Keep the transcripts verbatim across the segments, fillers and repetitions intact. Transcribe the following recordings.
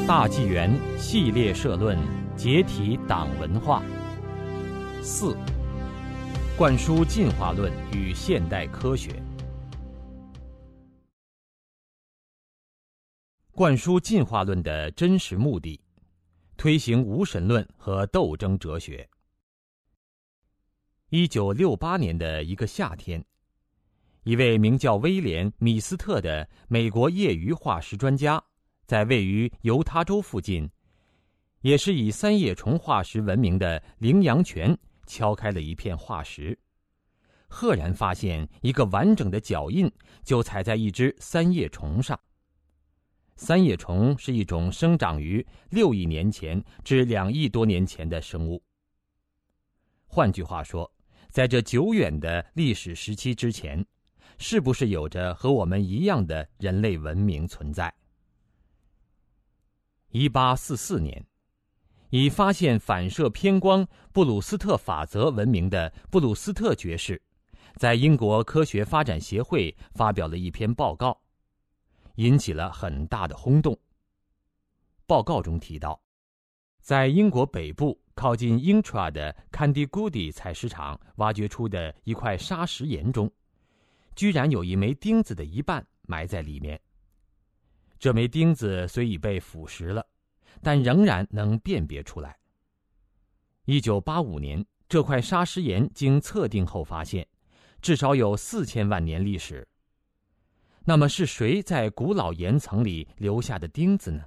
大纪元系列社论：解体党文化。四、灌输进化论与现代科学。灌输进化论的真实目的，推行无神论和斗争哲学。一九六八年的一个夏天，一位名叫威廉·米斯特的美国业余化石专家，在位于犹他州附近，也是以三叶虫化石闻名的羚羊泉敲开了一片化石，赫然发现一个完整的脚印就踩在一只三叶虫上。三叶虫是一种生长于六亿年前至两亿多年前的生物。换句话说，在这久远的历史时期之前，是不是有着和我们一样的人类文明存在？一八四四年，以发现反射偏光布鲁斯特法则闻名的布鲁斯特爵士，在英国科学发展协会发表了一篇报告，引起了很大的轰动。报告中提到，在英国北部靠近英特尔的坎迪古迪采石场挖掘出的一块砂石岩中，居然有一枚钉子的一半埋在里面。这枚钉子虽已被腐蚀了，但仍然能辨别出来。一九八五年，这块砂石岩经测定后发现，至少有四千万年历史。那么是谁在古老岩层里留下的钉子呢？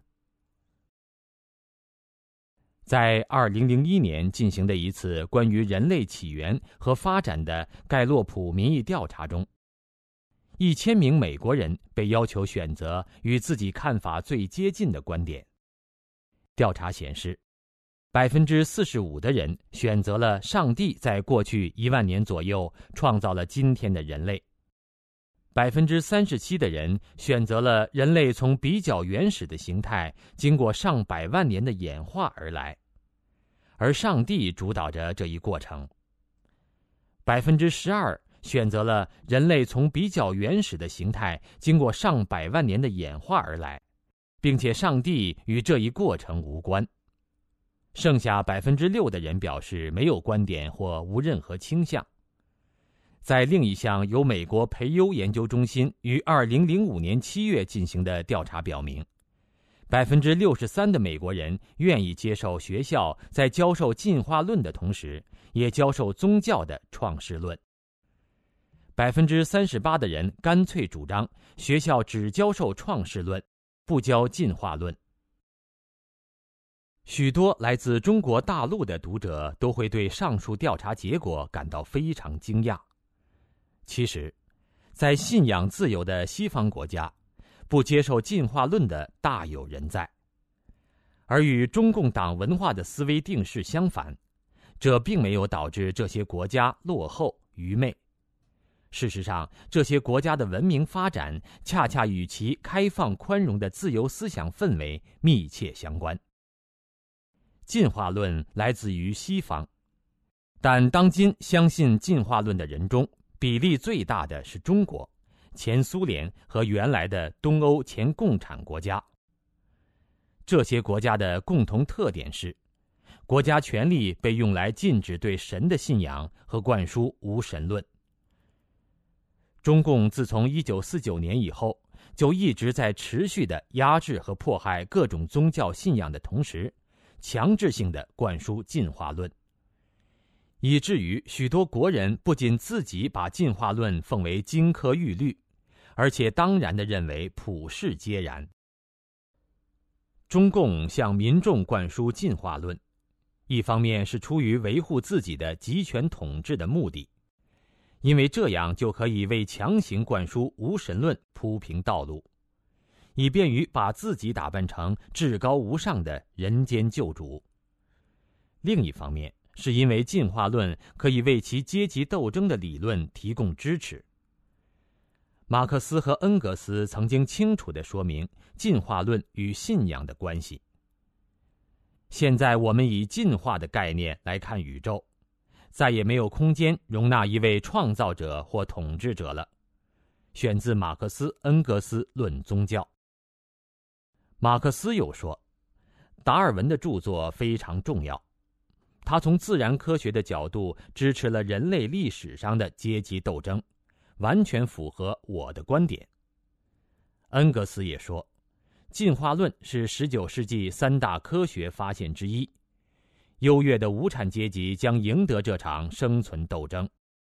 在二零零一年进行的一次关于人类起源和发展的盖洛普民意调查中，一千名美国人被要求选择与自己看法最接近的观点。调查显示，百分之四十五的人选择了上帝在过去一万年左右创造了今天的人类。百分之三十七的人选择了人类从比较原始的形态经过上百万年的演化而来，而上帝主导着这一过程。百分之十二选择了人类从比较原始的形态经过上百万年的演化而来，并且上帝与这一过程无关。剩下百分之六的人表示没有观点或无任何倾向。在另一项由美国培优研究中心于二零零五年七月进行的调查表明，百分之六十三的美国人愿意接受学校在教授进化论的同时，也教授宗教的创世论。百分之三十八的人干脆主张学校只教授创世论，不教进化论。许多来自中国大陆的读者都会对上述调查结果感到非常惊讶。其实，在信仰自由的西方国家，不接受进化论的大有人在。而与中共党文化的思维定式相反，这并没有导致这些国家落后愚昧。事实上，这些国家的文明发展恰恰与其开放宽容的自由思想氛围密切相关。进化论来自于西方，但当今相信进化论的人中，比例最大的是中国、前苏联和原来的东欧前共产国家。这些国家的共同特点是，国家权力被用来禁止对神的信仰和灌输无神论。中共自从一九四九年以后，就一直在持续地压制和迫害各种宗教信仰的同时，强制性地灌输进化论，以至于许多国人不仅自己把进化论奉为金科玉律，而且当然地认为普世皆然。中共向民众灌输进化论，一方面是出于维护自己的集权统治的目的，因为这样就可以为强行灌输无神论铺平道路，以便于把自己打扮成至高无上的人间救主。另一方面，是因为进化论可以为其阶级斗争的理论提供支持。马克思和恩格斯曾经清楚地说明进化论与信仰的关系。现在我们以进化的概念来看宇宙，再也没有空间容纳一位创造者或统治者了。选自马克思恩格斯论宗教。马克思又说， 达尔文的著作非常重要，他从自然科学的角度支持了人类历史上的阶级斗争，完全符合我的观点。恩格斯也说，进化论是十九世纪三大科学发现之一，优越的无产阶级将赢得这场生存斗争。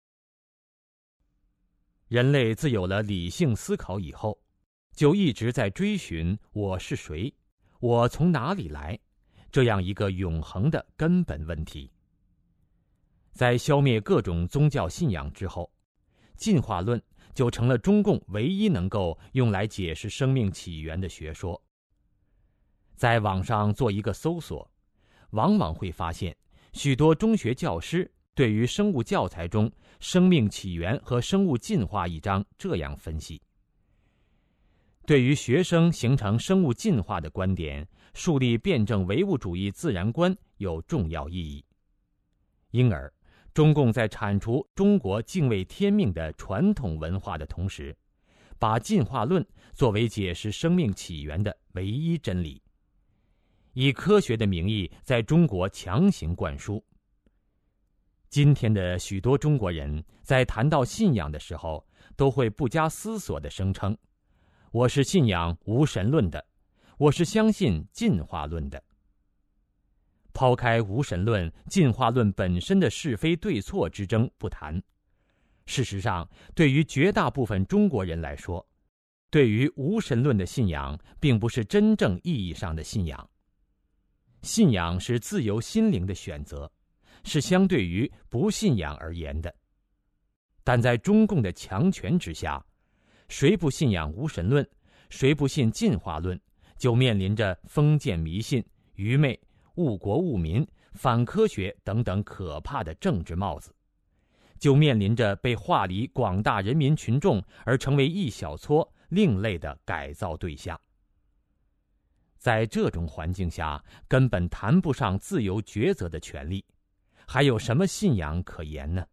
人类自有了理性思考以后，就一直在追寻我是谁，我从哪里来，这样一个永恒的根本问题。在消灭各种宗教信仰之后，进化论就成了中共唯一能够用来解释生命起源的学说。在网上做一个搜索，往往会发现许多中学教师对于生物教材中生命起源和生物进化一章这样分析：对于学生形成生物进化的观点，树立辩证唯物主义自然观有重要意义。因而中共在铲除中国敬畏天命的传统文化的同时，把进化论作为解释生命起源的唯一真理，以科学的名义在中国强行灌输。今天的许多中国人在谈到信仰的时候，都会不加思索地声称，我是信仰无神论的，我是相信进化论的。抛开无神论、进化论本身的是非对错之争不谈，事实上，对于绝大部分中国人来说，对于无神论的信仰并不是真正意义上的信仰。信仰是自由心灵的选择，是相对于不信仰而言的。但在中共的强权之下，谁不信仰无神论，谁不信进化论，就面临着封建迷信、愚昧、误国误民、反科学等等可怕的政治帽子，就面临着被划离广大人民群众而成为一小撮另类的改造对象。在这种环境下，根本谈不上自由抉择的权利，还有什么信仰可言呢？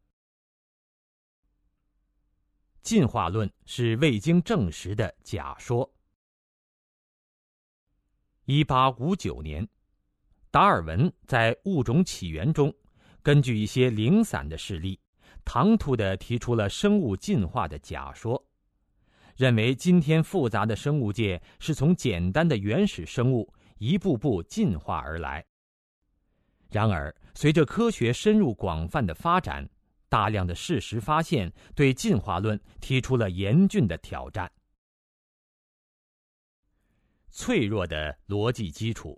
进化论是未经证实的假说。一八五九年，达尔文在《物种起源》中，根据一些零散的事例，唐突地提出了生物进化的假说，认为今天复杂的生物界是从简单的原始生物一步步进化而来。然而，随着科学深入广泛的发展，大量的事实发现对进化论提出了严峻的挑战。脆弱的逻辑基础。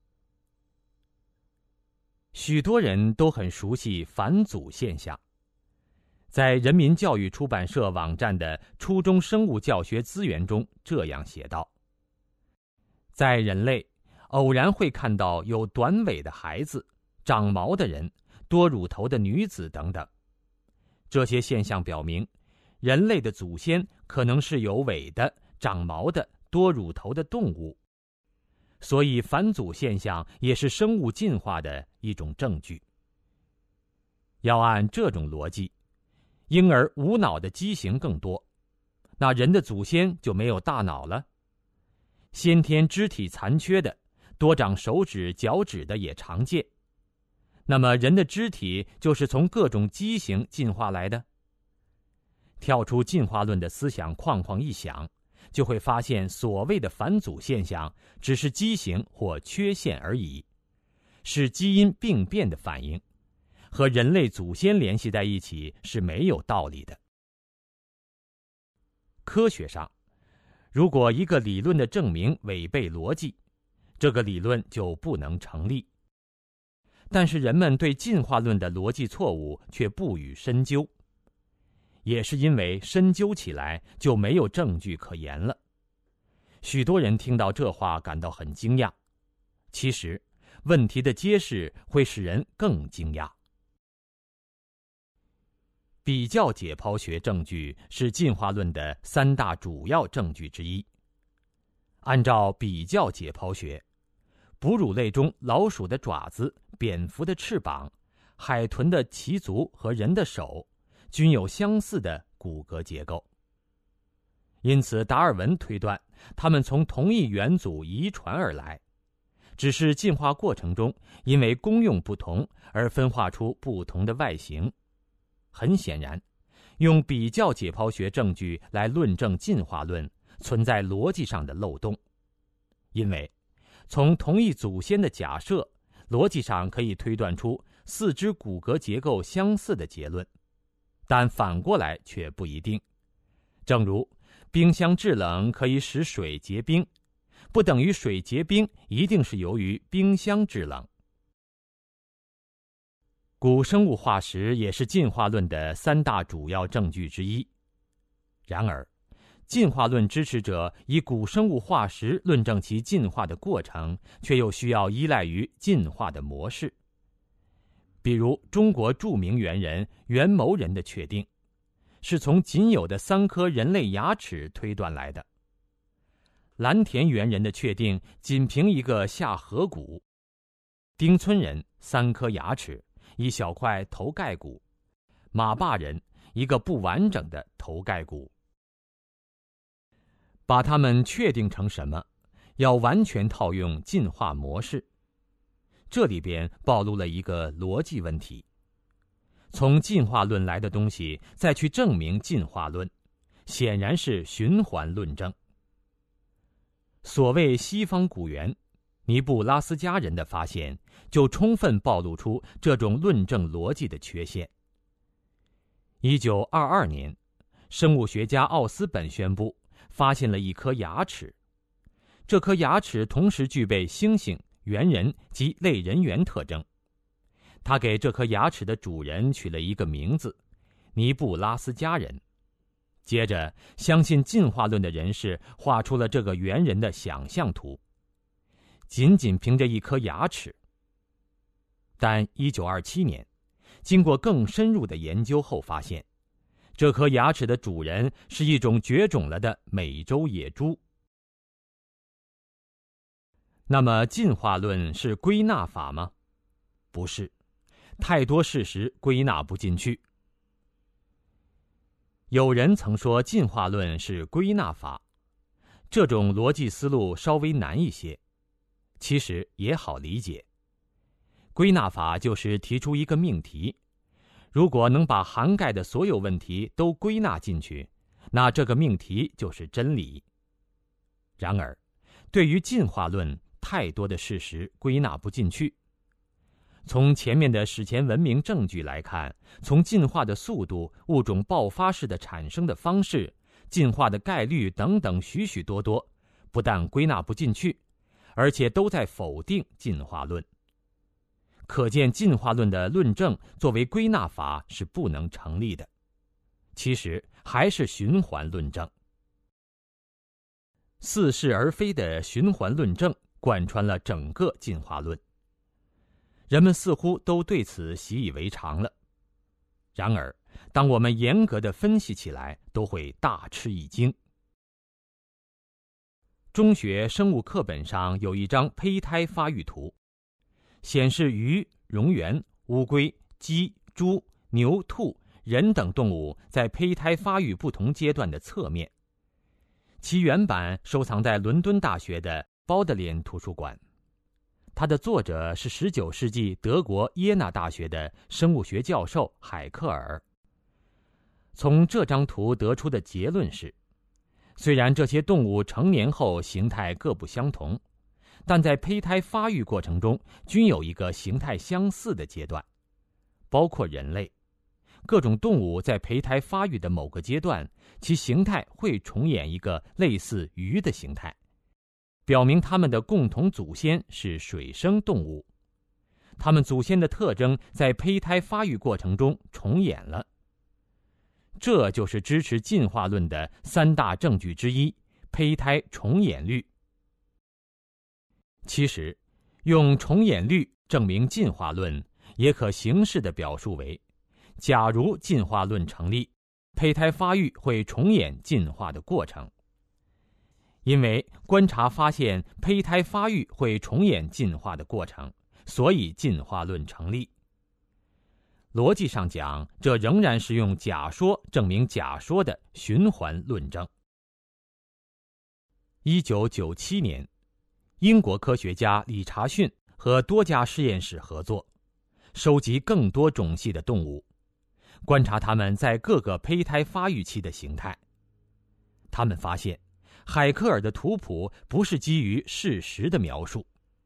许多人都很熟悉返祖现象。在人民教育出版社网站的初中生物教学资源中这样写道：在人类，偶然会看到有短尾的孩子、长毛的人、多乳头的女子等等。这些现象表明，人类的祖先可能是有尾的、长毛的、多乳头的动物。所以返祖现象也是生物进化的一种证据。要按这种逻辑，婴儿无脑的畸形更多，那人的祖先就没有大脑了。先天肢体残缺的、多长手指脚趾的也常见，那么人的肢体就是从各种畸形进化来的。跳出进化论的思想框框一想，就会发现所谓的返祖现象只是畸形或缺陷而已，是基因病变的反应，和人类祖先联系在一起是没有道理的。科学上，如果一个理论的证明违背逻辑，这个理论就不能成立。但是人们对进化论的逻辑错误却不予深究，也是因为深究起来就没有证据可言了。许多人听到这话感到很惊讶，其实问题的揭示会使人更惊讶。比较解剖学证据是进化论的三大主要证据之一。按照比较解剖学，哺乳类中老鼠的爪子、蝙蝠的翅膀、海豚的鳍足和人的手均有相似的骨骼结构，因此达尔文推断它们从同一元祖遗传而来， 只是进化过程中因为功用不同而分化出不同的外形。很显然，用比较解剖学证据来论证进化论存在逻辑上的漏洞，因为从同一祖先的假设，逻辑上可以推断出四肢骨骼结构相似的结论，但反过来却不一定。正如冰箱制冷可以使水结冰，不等于水结冰一定是由于冰箱制冷。古生物化石也是进化论的三大主要证据之一。然而，进化论支持者以古生物化石论证其进化的过程，却又需要依赖于进化的模式。比如中国著名猿人袁谋人的确定，是从仅有的三颗人类牙齿推断来的。蓝田猿人的确定仅凭一个下颌骨，丁村人三颗牙齿，一小块头盖骨，马坝人一个不完整的头盖骨。把它们确定成什么，要完全套用进化模式。这里边暴露了一个逻辑问题：从进化论来的东西再去证明进化论，显然是循环论证。所谓西方古猿，尼布拉斯加人的发现就充分暴露出这种论证逻辑的缺陷。一九二二年，生物学家奥斯本宣布发现了一颗牙齿，这颗牙齿同时具备猩猩、猿人及类人猿特征。他给这颗牙齿的主人取了一个名字——尼布拉斯加人。接着，相信进化论的人士画出了这个猿人的想象图，仅仅凭着一颗牙齿。但一九二七年，经过更深入的研究后发现，这颗牙齿的主人是一种绝种了的美洲野猪。那么进化论是归纳法吗？不是，太多事实归纳不进去。有人曾说进化论是归纳法，这种逻辑思路稍微难一些，其实也好理解。归纳法就是提出一个命题，如果能把涵盖的所有问题都归纳进去，那这个命题就是真理。然而，对于进化论，太多的事实归纳不进去。从前面的史前文明证据来看，从进化的速度、物种爆发式的产生的方式、进化的概率等等许许多多，不但归纳不进去，而且都在否定进化论。可见进化论的论证作为归纳法是不能成立的，其实还是循环论证。似是而非的循环论证贯穿了整个进化论，人们似乎都对此习以为常了。然而，当我们严格地分析起来，都会大吃一惊。中学生物课本上有一张胚胎发育图，显示鱼、蝾螈、乌龟、鸡、猪、牛、兔、人等动物在胚胎发育不同阶段的侧面。其原版收藏在伦敦大学的包德连图书馆，它的作者是十九世纪德国耶纳大学的生物学教授海克尔。从这张图得出的结论是，虽然这些动物成年后形态各不相同，但在胚胎发育过程中均有一个形态相似的阶段，包括人类。各种动物在胚胎发育的某个阶段，其形态会重演一个类似鱼的形态，表明它们的共同祖先是水生动物。它们祖先的特征在胚胎发育过程中重演了。这就是支持进化论的三大证据之一——胚胎重演律。其实，用重演律证明进化论，也可形式地表述为：假如进化论成立，胚胎发育会重演进化的过程。因为观察发现胚胎发育会重演进化的过程，所以进化论成立。逻辑上讲，这仍然是用假说证明假说的循环论证。一九九七年， 英国科学家理查逊和多家实验室合作，收集更多种系的动物，观察它们在各个胚胎发育期的形态。他们发现，海克尔的图谱不是基于事实的描述。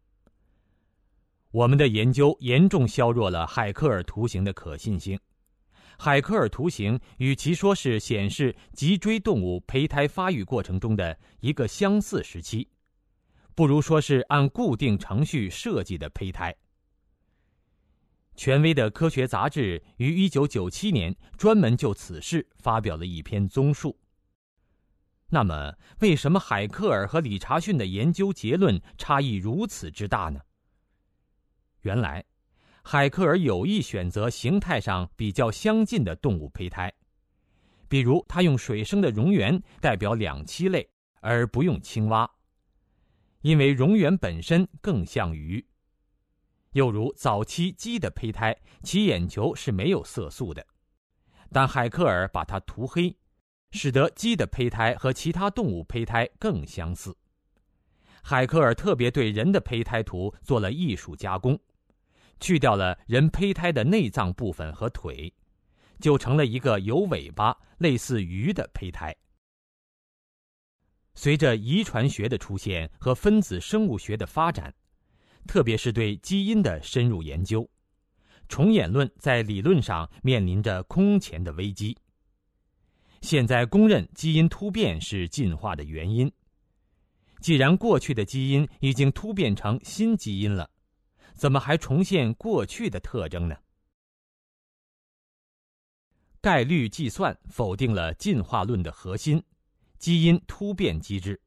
我们的研究严重削弱了海克尔图形的可信性。海克尔图形与其说是显示脊椎动物胚胎发育过程中的一个相似时期，不如说是按固定程序设计的胚胎。权威的科学杂志于一九九七年专门就此事发表了一篇综述。那么，为什么海克尔和理查逊的研究结论差异如此之大呢？原来，海克尔有意选择形态上比较相近的动物胚胎，比如他用水生的蝾螈代表两栖类，而不用青蛙，因为蝾螈本身更像鱼。又如早期鸡的胚胎，其眼球是没有色素的，但海克尔把它涂黑，使得鸡的胚胎和其他动物胚胎更相似。海克尔特别对人的胚胎图做了艺术加工，去掉了人胚胎的内脏部分和腿，就成了一个有尾巴、类似鱼的胚胎。随着遗传学的出现和分子生物学的发展，特别是对基因的深入研究，重演论在理论上面临着空前的危机。现在公认基因突变是进化的原因。既然过去的基因已经突变成新基因了，怎么还重现过去的特征呢？概率计算否定了进化论的核心——基因突变机制。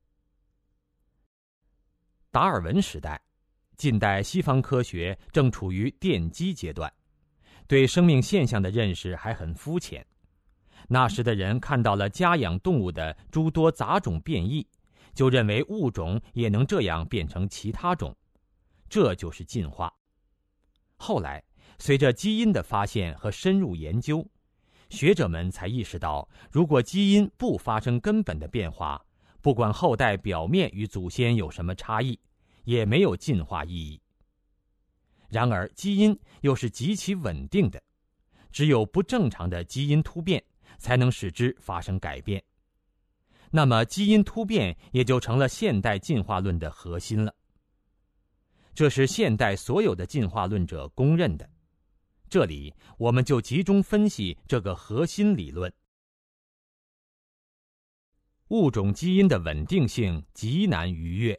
达尔文时代，近代西方科学正处于奠基阶段，对生命现象的认识还很肤浅。那时的人看到了家养动物的诸多杂种变异，就认为物种也能这样变成其他种，这就是进化。后来，随着基因的发现和深入研究，学者们才意识到，如果基因不发生根本的变化，不管后代表面与祖先有什么差异，也没有进化意义。然而，基因又是极其稳定的，只有不正常的基因突变才能使之发生改变。那么，基因突变也就成了现代进化论的核心了。这是现代所有的进化论者公认的。这里我们就集中分析这个核心理论。物种基因的稳定性极难逾越。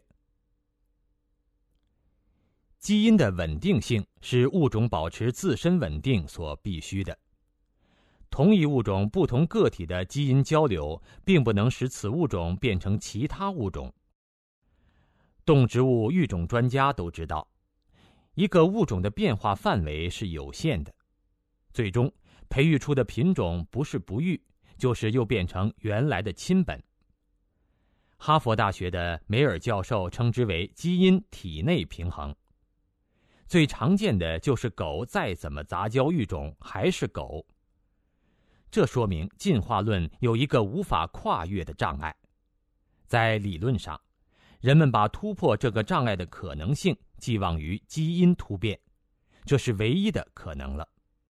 基因的稳定性是物种保持自身稳定所必须的。同一物种不同个体的基因交流，并不能使此物种变成其他物种。动植物育种专家都知道，一个物种的变化范围是有限的，最终培育出的品种不是不育，就是又变成原来的亲本。哈佛大学的梅尔教授称之为基因体内平衡。最常见的就是狗再怎么杂交育种还是狗。这说明进化论有一个无法跨越的障碍。在理论上，人们把突破这个障碍的可能性寄望于基因突变，这是唯一的可能了。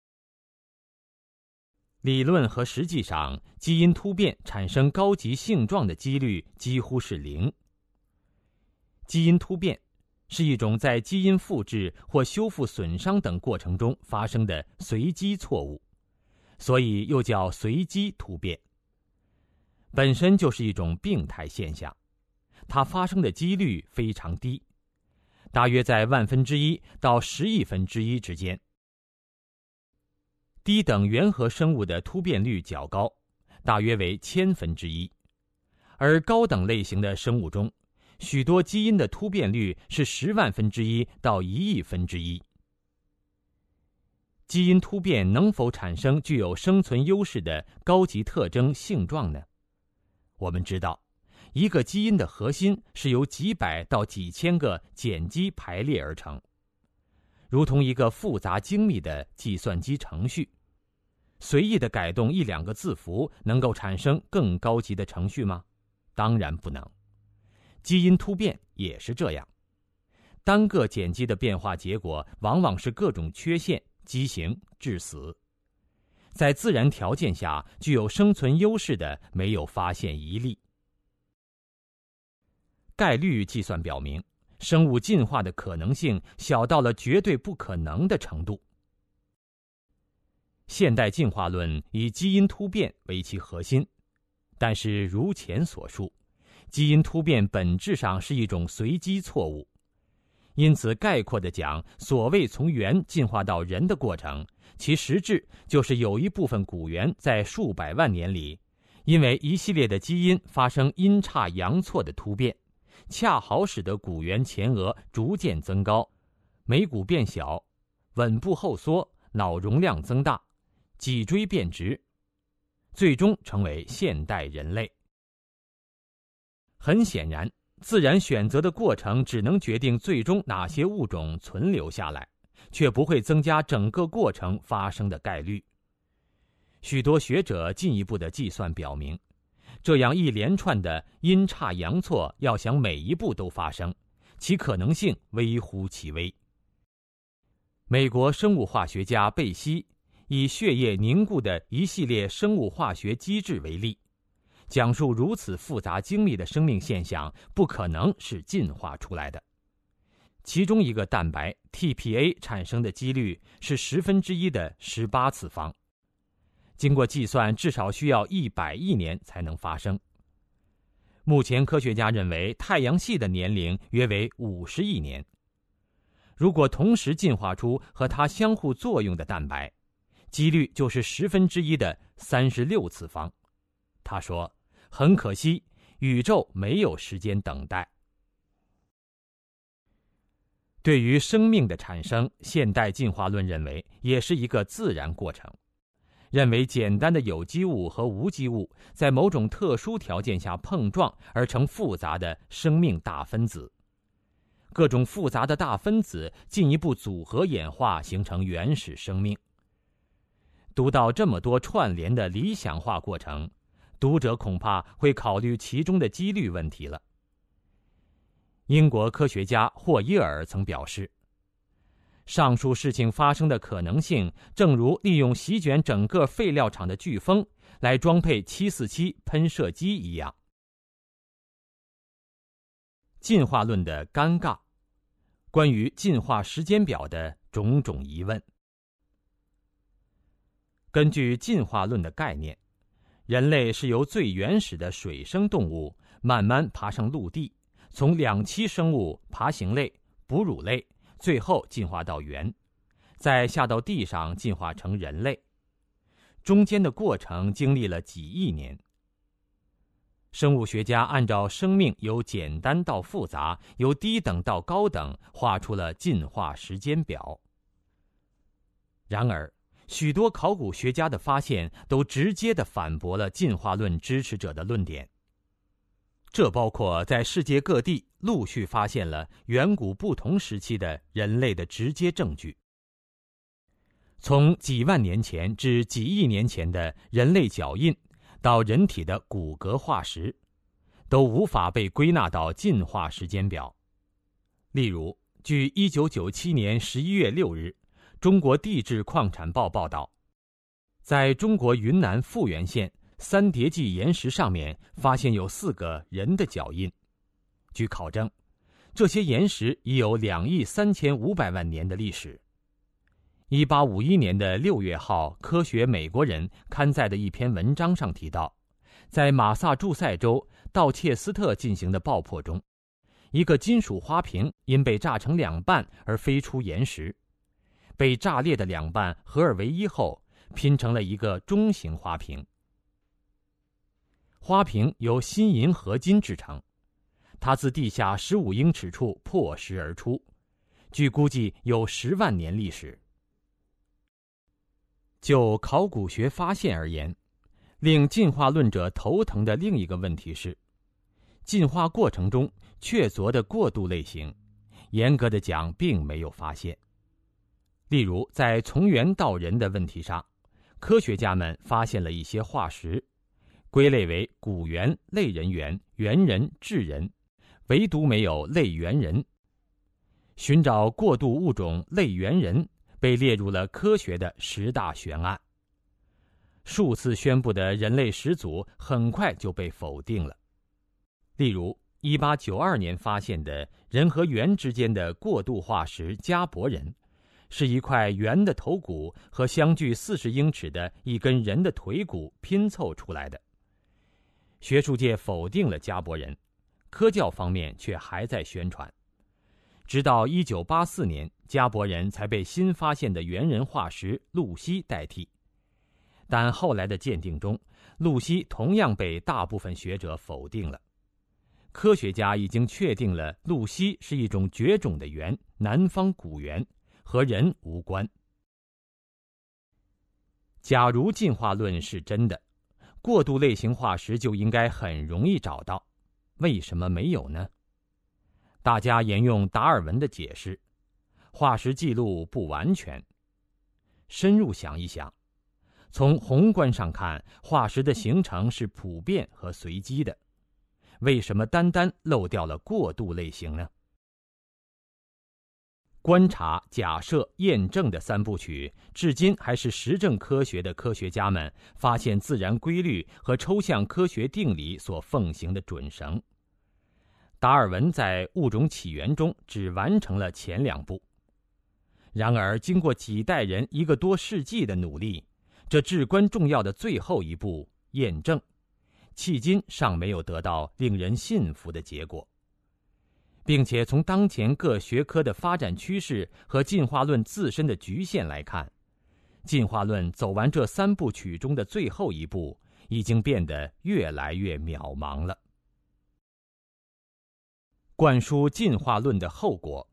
理论和实际上，基因突变产生高级性状的几率几乎是零。基因突变是一种在基因复制或修复损伤等过程中发生的随机错误，所以又叫随机突变。本身就是一种病态现象，它发生的几率非常低，大约在万分之一到十亿分之一之间。低等原核生物的突变率较高，大约为千分之一，而高等类型的生物中，许多基因的突变率是十万分之一到一亿分之一。基因突变能否产生具有生存优势的高级特征性状呢？我们知道，一个基因的核心是由几百到几千个碱基排列而成，如同一个复杂精密的计算机程序。随意的改动一两个字符，能够产生更高级的程序吗？当然不能。基因突变也是这样。单个碱基的变化结果往往是各种缺陷、畸形、致死。在自然条件下具有生存优势的没有发现一例。概率计算表明，生物进化的可能性小到了绝对不可能的程度。现代进化论以基因突变为其核心，但是如前所述，基因突变本质上是一种随机错误。因此概括地讲，所谓从猿进化到人的过程，其实质就是有一部分古猿在数百万年里，因为一系列的基因发生阴差阳错的突变，恰好使得古猿前额逐渐增高，眉骨变小，吻部后缩，脑容量增大，脊椎变直，最终成为现代人类。很显然，自然选择的过程只能决定最终哪些物种存留下来，却不会增加整个过程发生的概率。许多学者进一步的计算表明，这样一连串的阴差阳错要想每一步都发生，其可能性微乎其微。美国生物化学家贝西以血液凝固的一系列生物化学机制为例，讲述如此复杂精密的生命现象不可能是进化出来的。其中一个蛋白 T P A 产生的几率是十分之一的十八次方，经过计算至少需要一百亿年才能发生。目前科学家认为太阳系的年龄约为五十亿年。如果同时进化出和它相互作用的蛋白，几率就是十分之一的三十六次方。他说，很可惜，宇宙没有时间等待。对于生命的产生，现代进化论认为也是一个自然过程，认为简单的有机物和无机物在某种特殊条件下碰撞而成复杂的生命大分子，各种复杂的大分子进一步组合演化形成原始生命。读到这么多串联的理想化过程，读者恐怕会考虑其中的几率问题了。英国科学家霍伊尔曾表示，上述事情发生的可能性，正如利用席卷整个废料厂的飓风来装配七四七喷射机一样。进化论的尴尬，关于进化时间表的种种疑问。根据进化论的概念，人类是由最原始的水生动物慢慢爬上陆地，从两栖生物、爬行类、哺乳类，最后进化到猿，再下到地上进化成人类。中间的过程经历了几亿年。生物学家按照生命由简单到复杂，由低等到高等，画出了进化时间表。然而，许多考古学家的发现都直接地反驳了进化论支持者的论点。这包括在世界各地陆续发现了远古不同时期的人类的直接证据。从几万年前至几亿年前的人类脚印，到人体的骨骼化石，都无法被归纳到进化时间表。例如，据一九九七年十一月六日中国地质矿产报报道，在中国云南富源县三叠纪岩石上面发现有四个人的脚印。据考证，这些岩石已有两亿三千五百万年的历史。一八五一年的六月号《科学美国人》刊载的一篇文章上提到，在马萨诸塞州道切斯特进行的爆破中，一个金属花瓶因被炸成两半而飞出岩石，被炸裂的两半合二为一后，拼成了一个中型花瓶。花瓶由锌银合金制成，它自地下十五英尺处破石而出，据估计有十万年历史。就考古学发现而言，令进化论者头疼的另一个问题是，进化过程中确凿的过渡类型，严格的讲并没有发现。例如，在从猿到人的问题上，科学家们发现了一些化石，归类为古猿、类人猿、猿人、智人， 唯独没有类猿人。寻找过渡物种类猿人被列入了科学的十大悬案。数次宣布的人类始祖很快就被否定了。例如一八九二年发现的人和猿之间的过渡化石加伯人，是一块猿的头骨和相距四十英尺的一根人的腿骨拼凑出来的。学术界否定了加伯人，科教方面却还在宣传。直到一九八四年，加伯人才被新发现的猿人化石露西代替。但后来的鉴定中，露西同样被大部分学者否定了。科学家已经确定了露西是一种绝种的猿，南方古猿，和人无关。假如进化论是真的，过渡类型化石就应该很容易找到，为什么没有呢？大家沿用达尔文的解释，化石记录不完全。深入想一想，从宏观上看，化石的形成是普遍和随机的，为什么单单漏掉了过渡类型呢？观察、假设、验证的三部曲，至今还是实证科学的科学家们发现自然规律和抽象科学定理所奉行的准绳。达尔文在《物种起源》中只完成了前两步，然而经过几代人一个多世纪的努力，这至关重要的最后一步验证，迄今尚没有得到令人信服的结果。并且从当前各学科的发展趋势和进化论自身的局限来看，进化论走完这三部曲中的最后一步，已经变得越来越渺茫了。灌输进化论的后果。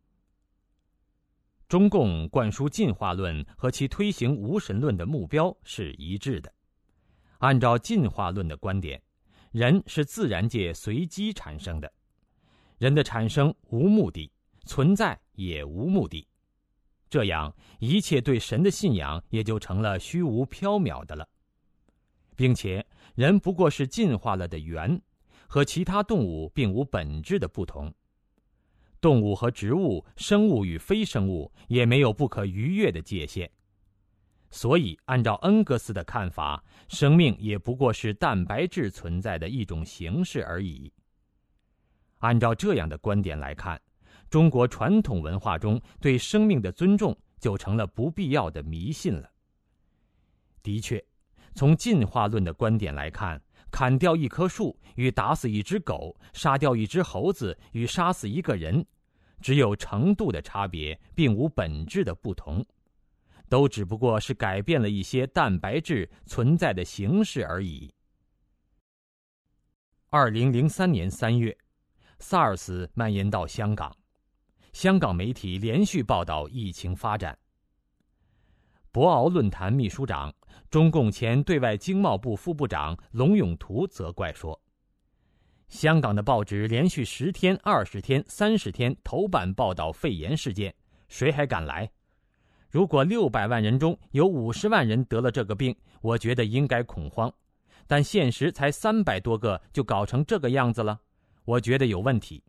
中共灌输进化论和其推行无神论的目标是一致的。按照进化论的观点，人是自然界随机产生的，人的产生无目的，存在也无目的，这样一切对神的信仰也就成了虚无缥缈的了。并且人不过是进化了的猿，和其他动物并无本质的不同。动物和植物，生物与非生物也没有不可逾越的界限。所以按照恩格斯的看法，生命也不过是蛋白质存在的一种形式而已。按照这样的观点来看，中国传统文化中对生命的尊重就成了不必要的迷信了。的确，从进化论的观点来看，砍掉一棵树与打死一只狗，杀掉一只猴子与杀死一个人，只有程度的差别，并无本质的不同，都只不过是改变了一些蛋白质存在的形式而已。二零零三年三月，SARS 蔓延到香港，香港媒体连续报道疫情发展。博鳌论坛秘书长、中共前对外经贸部副部长龙永图责怪说，香港的报纸连续十天、二十天、三十天头版报道肺炎事件，谁还敢来？如果六百万人中有五十万人得了这个病，我觉得应该恐慌，但现实才三百多个就搞成这个样子了，我觉得有问题。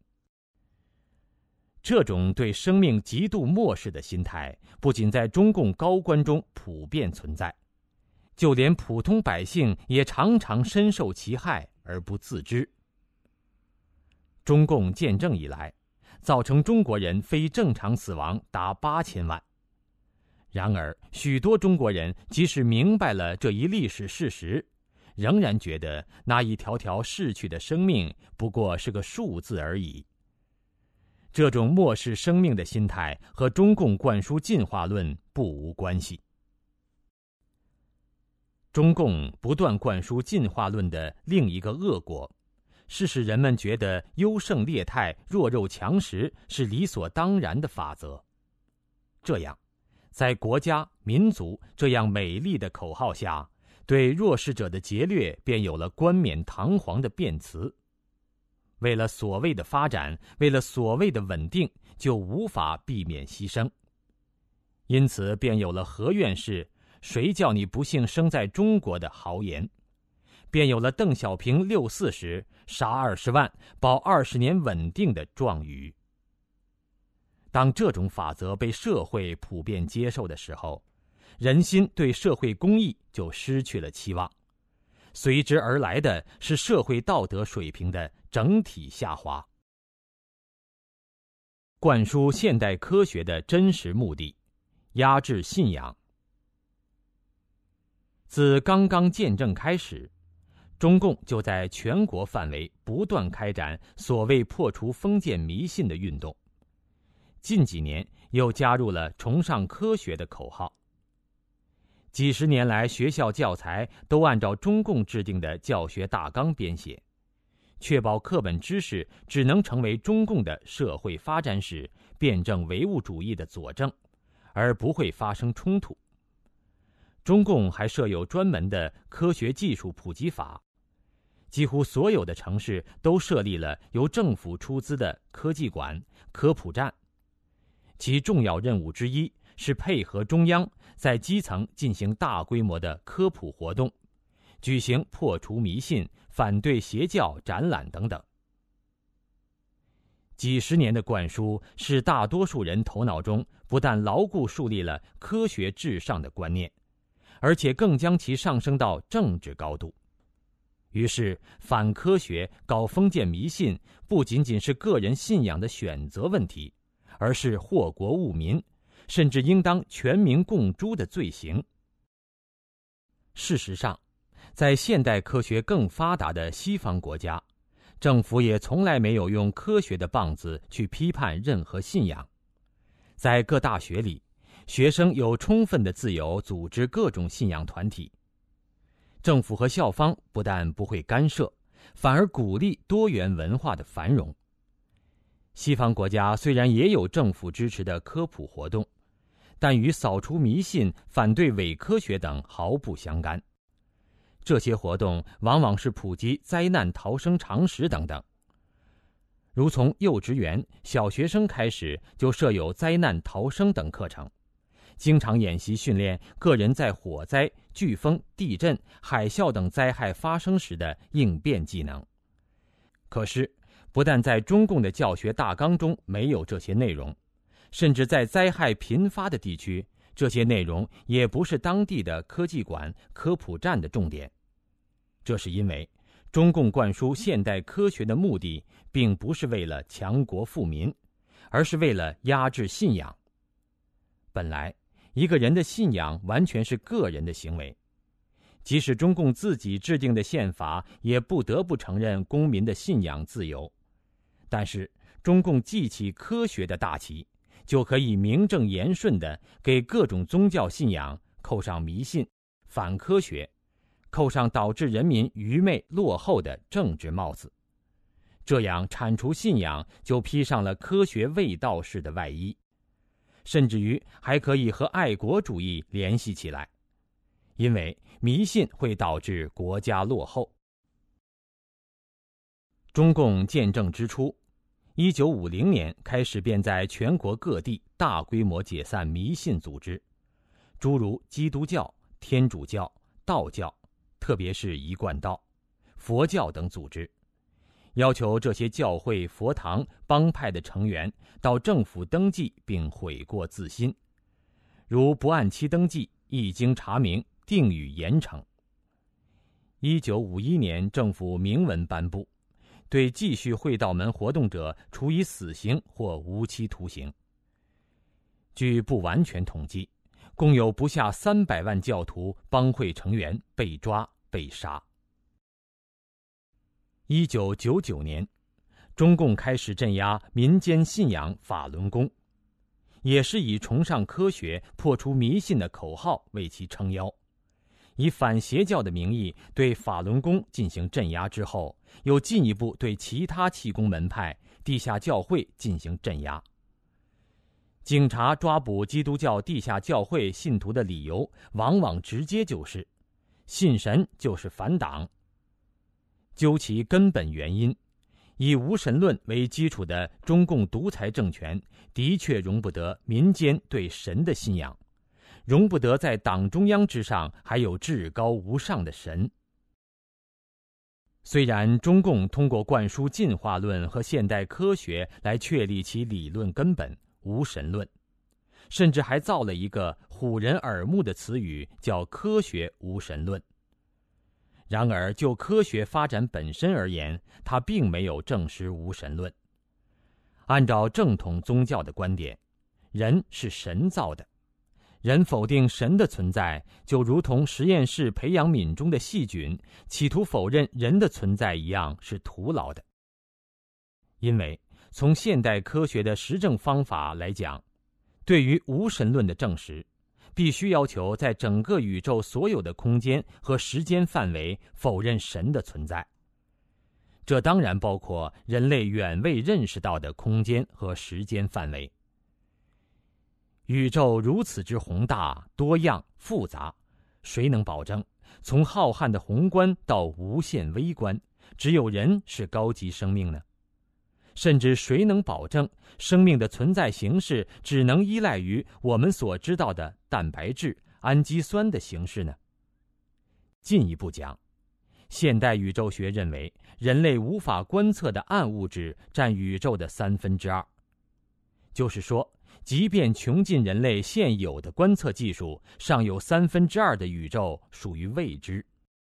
这种对生命极度漠视的心态，不仅在中共高官中普遍存在，就连普通百姓也常常深受其害而不自知。中共建政以来，造成中国人非正常死亡达八千万。然而，许多中国人即使明白了这一历史事实，仍然觉得那一条条逝去的生命不过是个数字而已。这种漠视生命的心态和中共灌输进化论不无关系。中共不断灌输进化论的另一个恶果，是使人们觉得优胜劣汰、弱肉强食是理所当然的法则。这样，在国家、民族这样美丽的口号下，对弱势者的劫掠便有了冠冕堂皇的辩词。为了所谓的发展，为了所谓的稳定，就无法避免牺牲。因此便有了何院士谁叫你不幸生在中国的豪言， 便有了邓小平六四时杀二十万保二十年稳定的状语。当这种法则被社会普遍接受的时候，人心对社会公义就失去了期望，随之而来的是社会道德水平的整体下滑。灌输现代科学的真实目的，压制信仰。自刚刚建政开始，中共就在全国范围不断开展所谓破除封建迷信的运动。近几年又加入了崇尚科学的口号。几十年来，学校教材都按照中共制定的教学大纲编写，确保课本知识只能成为中共的社会发展史、辩证唯物主义的佐证，而不会发生冲突。中共还设有专门的科学技术普及法，几乎所有的城市都设立了由政府出资的科技馆、科普站，其重要任务之一是配合中央在基层进行大规模的科普活动，举行破除迷信、反对邪教展览等等。几十年的灌输使大多数人头脑中不但牢固树立了科学至上的观念，而且更将其上升到政治高度。于是反科学、搞封建迷信不仅仅是个人信仰的选择问题，而是祸国误民，甚至应当全民共诛的罪行。事实上，在现代科学更发达的西方国家，政府也从来没有用科学的棒子去批判任何信仰。在各大学里，学生有充分的自由组织各种信仰团体。政府和校方不但不会干涉，反而鼓励多元文化的繁荣。西方国家虽然也有政府支持的科普活动，但与扫除迷信、反对伪科学等毫不相干。这些活动往往是普及灾难逃生常识等等。如从幼稚园、小学生开始就设有灾难逃生等课程，经常演习训练个人在火灾、飓风、地震、海啸等灾害发生时的应变技能。可是，不但在中共的教学大纲中没有这些内容，甚至在灾害频发的地区，这些内容也不是当地的科技馆、科普站的重点。这是因为中共灌输现代科学的目的并不是为了强国富民，而是为了压制信仰。本来一个人的信仰完全是个人的行为，即使中共自己制定的宪法也不得不承认公民的信仰自由，但是中共记起科学的大旗，就可以名正言顺地给各种宗教信仰扣上迷信、反科学，扣上导致人民愚昧落后的政治帽子。这样铲除信仰就披上了科学卫道士的外衣，甚至于还可以和爱国主义联系起来，因为迷信会导致国家落后。中共建政之初，一九五零年开始便在全国各地大规模解散迷信组织，诸如基督教、天主教、道教，特别是一贯道、佛教等组织，要求这些教会、佛堂、帮派的成员到政府登记并悔过自新，如不按期登记，一经查明，定予严惩。一九五一年，政府明文颁布，对继续会道门活动者处以死刑或无期徒刑。据不完全统计，共有不下三百万教徒帮会成员被抓被杀。一九九九年，中共开始镇压民间信仰法轮功，也是以崇尚科学、破除迷信的口号为其撑腰，以反邪教的名义对法轮功进行镇压之后，又进一步对其他气功门派、地下教会进行镇压。警察抓捕基督教地下教会信徒的理由，往往直接就是信神就是反党。究其根本原因，以无神论为基础的中共独裁政权的确容不得民间对神的信仰，容不得在党中央之上还有至高无上的神。 虽然中共通过灌输进化论和现代科学来确立其理论根本无神论，甚至还造了一个唬人耳目的词语，叫科学无神论。然而就科学发展本身而言，它并没有证实无神论。按照正统宗教的观点，人是神造的，人否定神的存在，就如同实验室培养皿中的细菌企图否认人的存在一样，是徒劳的。因为从现代科学的实证方法来讲，对于无神论的证实，必须要求在整个宇宙所有的空间和时间范围否认神的存在。这当然包括人类远未认识到的空间和时间范围。宇宙如此之宏大、多样、复杂，谁能保证从浩瀚的宏观到无限微观，只有人是高级生命呢？甚至谁能保证生命的存在形式只能依赖于我们所知道的蛋白质、氨基酸的形式呢？进一步讲，现代宇宙学认为，人类无法观测的暗物质占宇宙的三分之二，就是说，即便穷尽人类现有的观测技术，尚有三分之二的宇宙属于未知。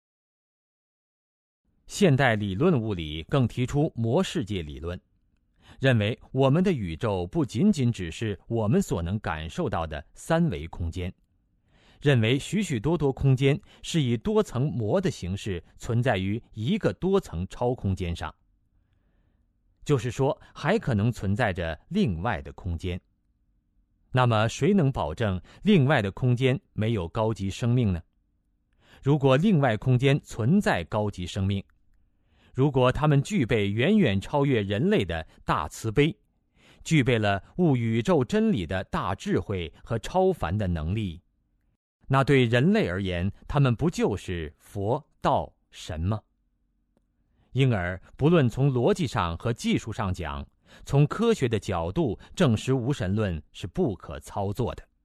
现代理论物理更提出魔世界理论，认为我们的宇宙不仅仅只是我们所能感受到的三维空间，认为许许多多空间是以多层膜的形式存在于一个多层超空间上，就是说还可能存在着另外的空间。那么谁能保证另外的空间没有高级生命呢？如果另外空间存在高级生命，如果他们具备远远超越人类的大慈悲，具备了悟宇宙真理的大智慧和超凡的能力，那对人类而言，他们不就是佛、道、神吗？因而不论从逻辑上和技术上讲，从科学的角度证实无神论是不可操作的。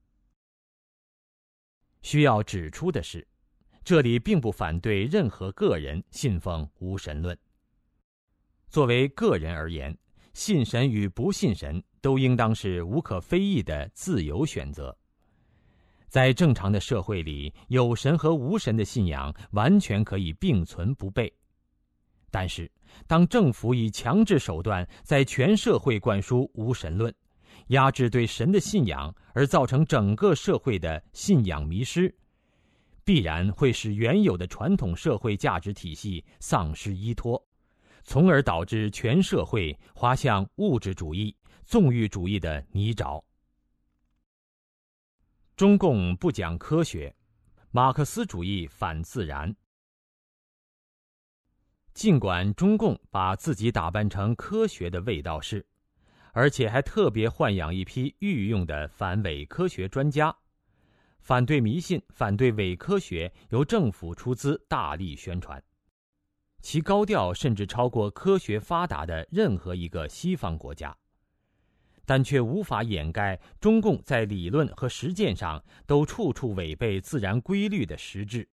需要指出的是，这里并不反对任何个人信奉无神论。作为个人而言，信神与不信神都应当是无可非议的自由选择。在正常的社会里，有神和无神的信仰完全可以并存不悖。但是当政府以强制手段在全社会灌输无神论，压制对神的信仰，而造成整个社会的信仰迷失，必然会使原有的传统社会价值体系丧失依托，从而导致全社会滑向物质主义、纵欲主义的泥沼。中共不讲科学，马克思主义反自然。尽管中共把自己打扮成科学的卫道士，而且还特别豢养一批御用的反伪科学专家，反对迷信、反对伪科学由政府出资大力宣传，其高调甚至超过科学发达的任何一个西方国家，但却无法掩盖中共在理论和实践上都处处违背自然规律的实质。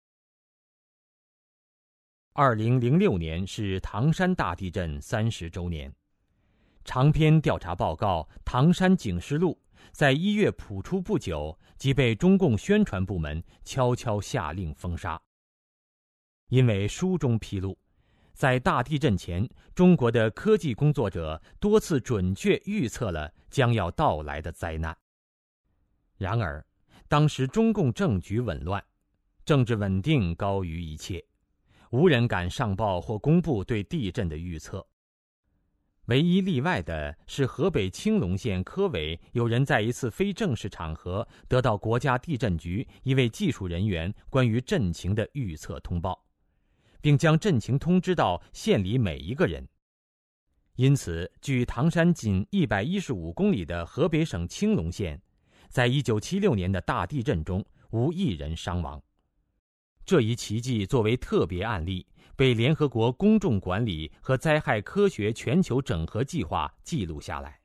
二零零六年是唐山大地震三十周年，长篇调查报告《唐山警示录》在一月谱出不久，即被中共宣传部门悄悄下令封杀。因为书中披露，在大地震前，中国的科技工作者多次准确预测了将要到来的灾难。然而，当时中共政局紊乱，政治稳定高于一切，无人敢上报或公布对地震的预测。唯一例外的是河北青龙县科委有人在一次非正式场合得到国家地震局一位技术人员关于震情的预测通报，并将震情通知到县里每一个人。因此，距唐山仅一百一十五公里的河北省青龙县，在一九七六年的大地震中无一人伤亡。这一奇迹作为特别案例，被联合国公众管理和灾害科学全球整合计划记录下来。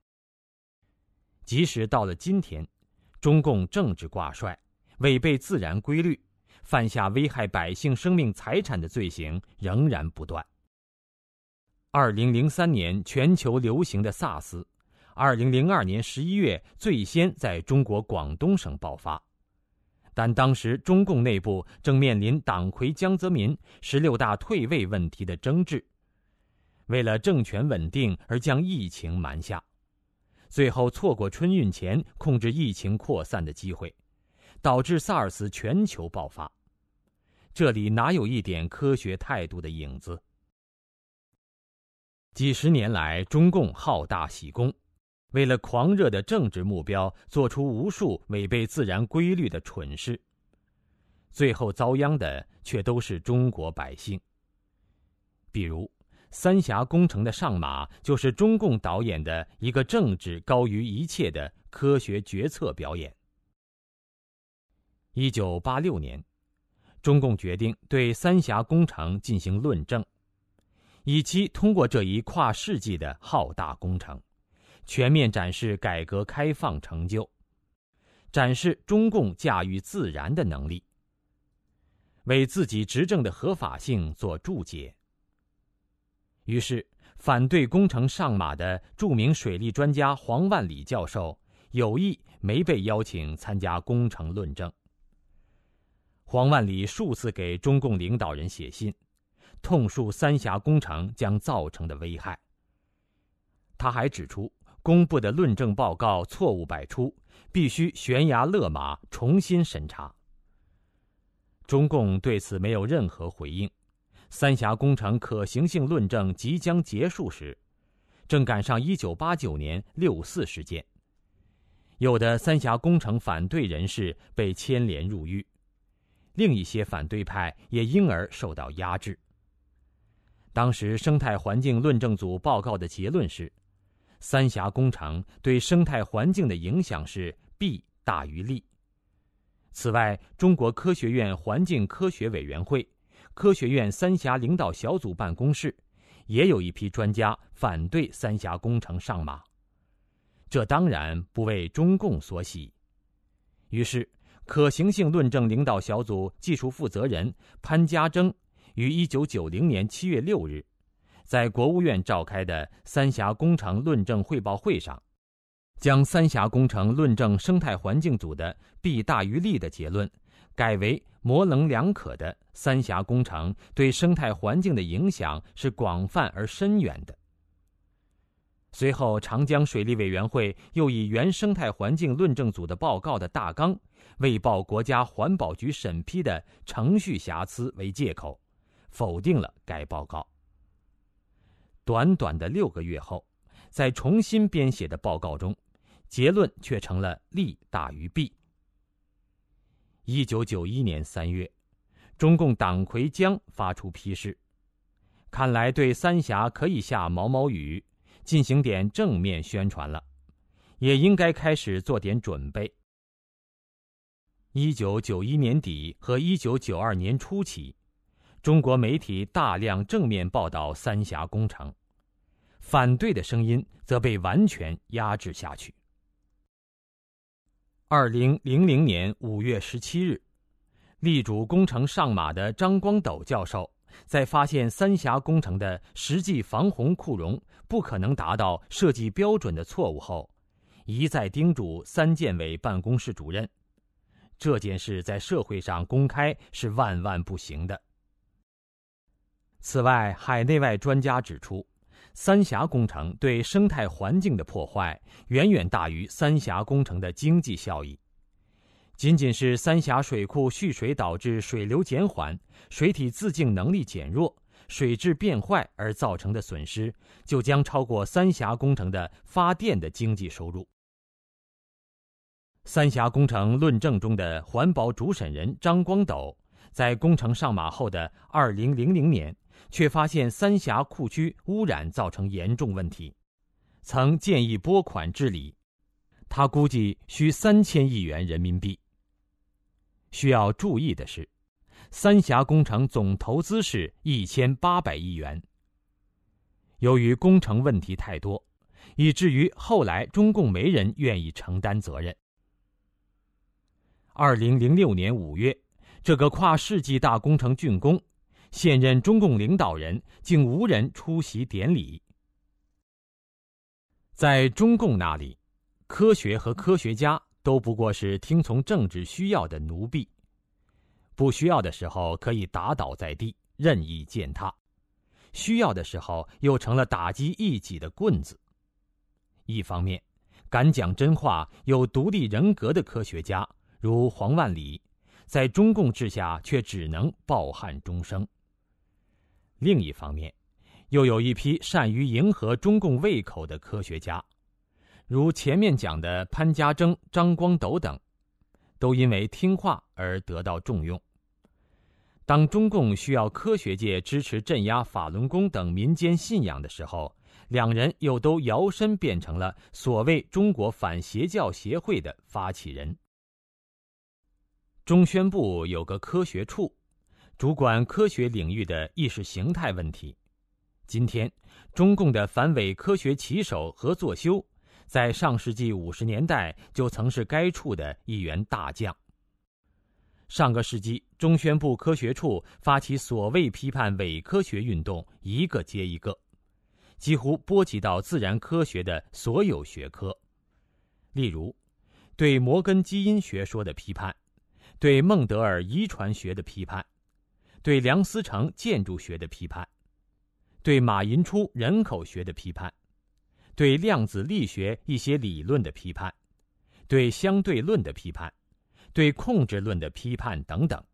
即使到了今天，中共政治挂帅，违背自然规律， 犯下危害百姓生命财产的罪行仍然不断。二零零三年全球流行的 SARS， 二零零二年十一月最先在中国广东省爆发，但当时中共内部正面临党魁江泽民十六大退位问题的争执，为了政权稳定而将疫情瞒下，最后错过春运前控制疫情扩散的机会，导致 SARS 全球爆发。这里哪有一点科学态度的影子？几十年来，中共好大喜功，为了狂热的政治目标，做出无数违背自然规律的蠢事，最后遭殃的却都是中国百姓。比如三峡工程的上马，就是中共导演的一个政治高于一切的科学决策表演。一九八六年，中共决定对三峡工程进行论证，以期通过这一跨世纪的浩大工程，全面展示改革开放成就，展示中共驾驭自然的能力，为自己执政的合法性做注解。于是，反对工程上马的著名水利专家黄万里教授有意没被邀请参加工程论证。黄万里数次给中共领导人写信，痛述三峡工程将造成的危害。他还指出，公布的论证报告错误百出，必须悬崖勒马，重新审查。中共对此没有任何回应。三峡工程可行性论证即将结束时，正赶上一九八九年六四事件，有的三峡工程反对人士被牵连入狱，另一些反对派也因而受到压制。当时生态环境论证组报告的结论是，三峡工程对生态环境的影响是弊大于利。此外，中国科学院环境科学委员会、科学院三峡领导小组办公室也有一批专家反对三峡工程上马，这当然不为中共所喜。于是，可行性论证领导小组技术负责人潘家铮于一九九零年七月六日，在国务院召开的三峡工程论证汇报会上，将三峡工程论证生态环境组的弊大于利的结论改为模棱两可的三峡工程对生态环境的影响是广泛而深远的。随后，长江水利委员会又以原生态环境论证组的报告的大纲未报国家环保局审批的程序瑕疵为借口，否定了该报告。短短的六个月后，在重新编写的报告中，结论却成了利大于弊。一九九一年三月，中共党魁江发出批示，看来对三峡可以下毛毛雨，进行点正面宣传了，也应该开始做点准备。一九九一年底和一九九二年初起，中国媒体大量正面报道三峡工程，反对的声音则被完全压制下去。二零零零年五月十七日，力主工程上马的张光斗教授在发现三峡工程的实际防洪库容不可能达到设计标准的错误后，一再叮嘱三建委办公室主任，这件事在社会上公开是万万不行的。此外，海内外专家指出，三峡工程对生态环境的破坏远远大于三峡工程的经济效益。仅仅是三峡水库蓄水导致水流减缓、水体自净能力减弱、水质变坏而造成的损失，就将超过三峡工程的发电的经济收入。三峡工程论证中的环保主审人张光斗，在工程上马后的二零零零年，却发现三峡库区污染造成严重问题，曾建议拨款治理，他估计需三千亿元人民币。需要注意的是，三峡工程总投资是一千八百亿元。由于工程问题太多，以至于后来中共没人愿意承担责任。二零零六年五月， 这个跨世纪大工程竣工，现任中共领导人竟无人出席典礼。在中共那里，科学和科学家都不过是听从政治需要的奴婢，不需要的时候可以打倒在地，任意践踏；需要的时候又成了打击异己的棍子。一方面，敢讲真话、有独立人格的科学家，如黄万里，在中共治下却只能抱憾终生；另一方面，又有一批善于迎合中共胃口的科学家，如前面讲的潘家铮、张光斗等，都因为听话而得到重用。当中共需要科学界支持镇压法轮功等民间信仰的时候，两人又都摇身变成了所谓中国反邪教协会的发起人。中宣部有个科学处，主管科学领域的意识形态问题。今天，中共的反伪科学旗手何作修，在上世纪五十年代就曾是该处的一员大将。上个世纪，中宣部科学处发起所谓批判伪科学运动，一个接一个，几乎波及到自然科学的所有学科。例如，对摩根基因学说的批判，对孟德尔遗传学的批判，对梁思成建筑学的批判，对马寅初人口学的批判，对量子力学一些理论的批判，对相对论的批判，对控制论的批判等等。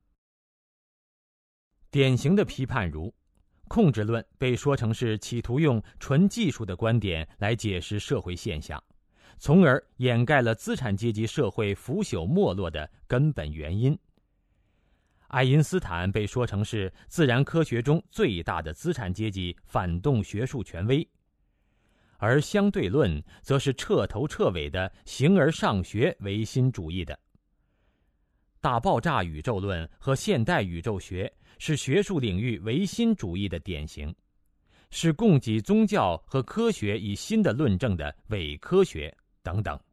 典型的批判如，控制论被说成是企图用纯技术的观点来解释社会现象，从而掩盖了资产阶级社会腐朽没落的根本原因。爱因斯坦被说成是自然科学中最大的资产阶级反动学术权威，而相对论则是彻头彻尾的形而上学唯心主义的。大爆炸宇宙论和现代宇宙学是学术领域唯心主义的典型，是供给宗教和科学以新的论证的伪科学等等。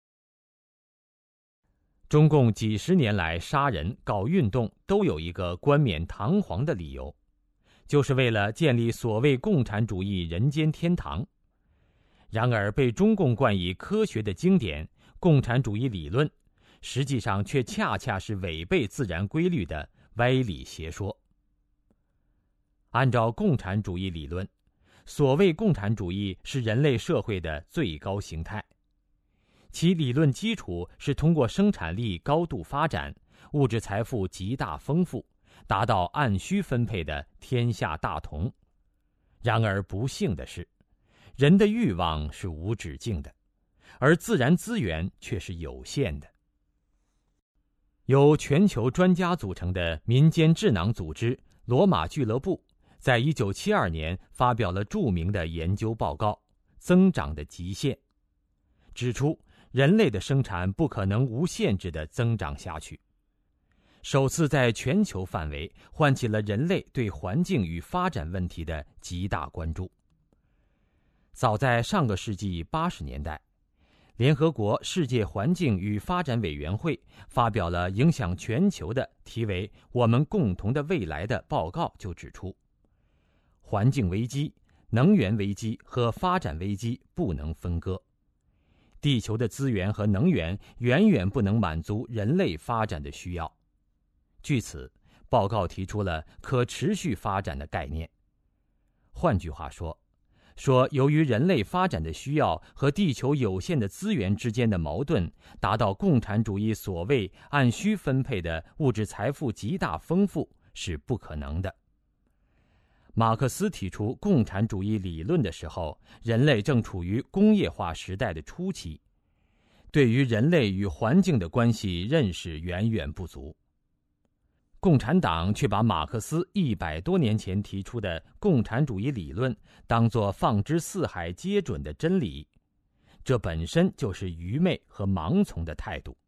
中共几十年来杀人搞运动都有一个冠冕堂皇的理由，就是为了建立所谓共产主义人间天堂。然而被中共冠以科学的经典共产主义理论，实际上却恰恰是违背自然规律的歪理邪说。按照共产主义理论，所谓共产主义是人类社会的最高形态，其理论基础是通过生产力高度发展，物质财富极大丰富，达到按需分配的天下大同。然而不幸的是，人的欲望是无止境的，而自然资源却是有限的。由全球专家组成的民间智囊组织罗马俱乐部在一九七二年发表了著名的研究报告《增长的极限》，指出人类的生产不可能无限制地增长下去，首次在全球范围唤起了人类对环境与发展问题的极大关注。早在上个世纪八十年代，联合国世界环境与发展委员会发表了影响全球的题为《我们共同的未来》的报告，就指出，环境危机、能源危机和发展危机不能分割，地球的资源和能源远远不能满足人类发展的需要。据此，报告提出了可持续发展的概念。换句话说，说由于人类发展的需要和地球有限的资源之间的矛盾，达到共产主义所谓按需分配的物质财富极大丰富是不可能的。马克思提出共产主义理论的时候，人类正处于工业化时代的初期，对于人类与环境的关系认识远远不足。共产党却把马克思一百多年前提出的共产主义理论当作放之四海皆准的真理，这本身就是愚昧和盲从的态度。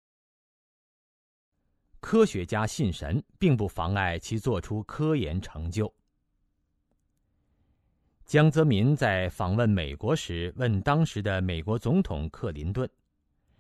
科学家信神，并不妨碍其做出科研成就。江泽民在访问美国时问当时的美国总统克林顿，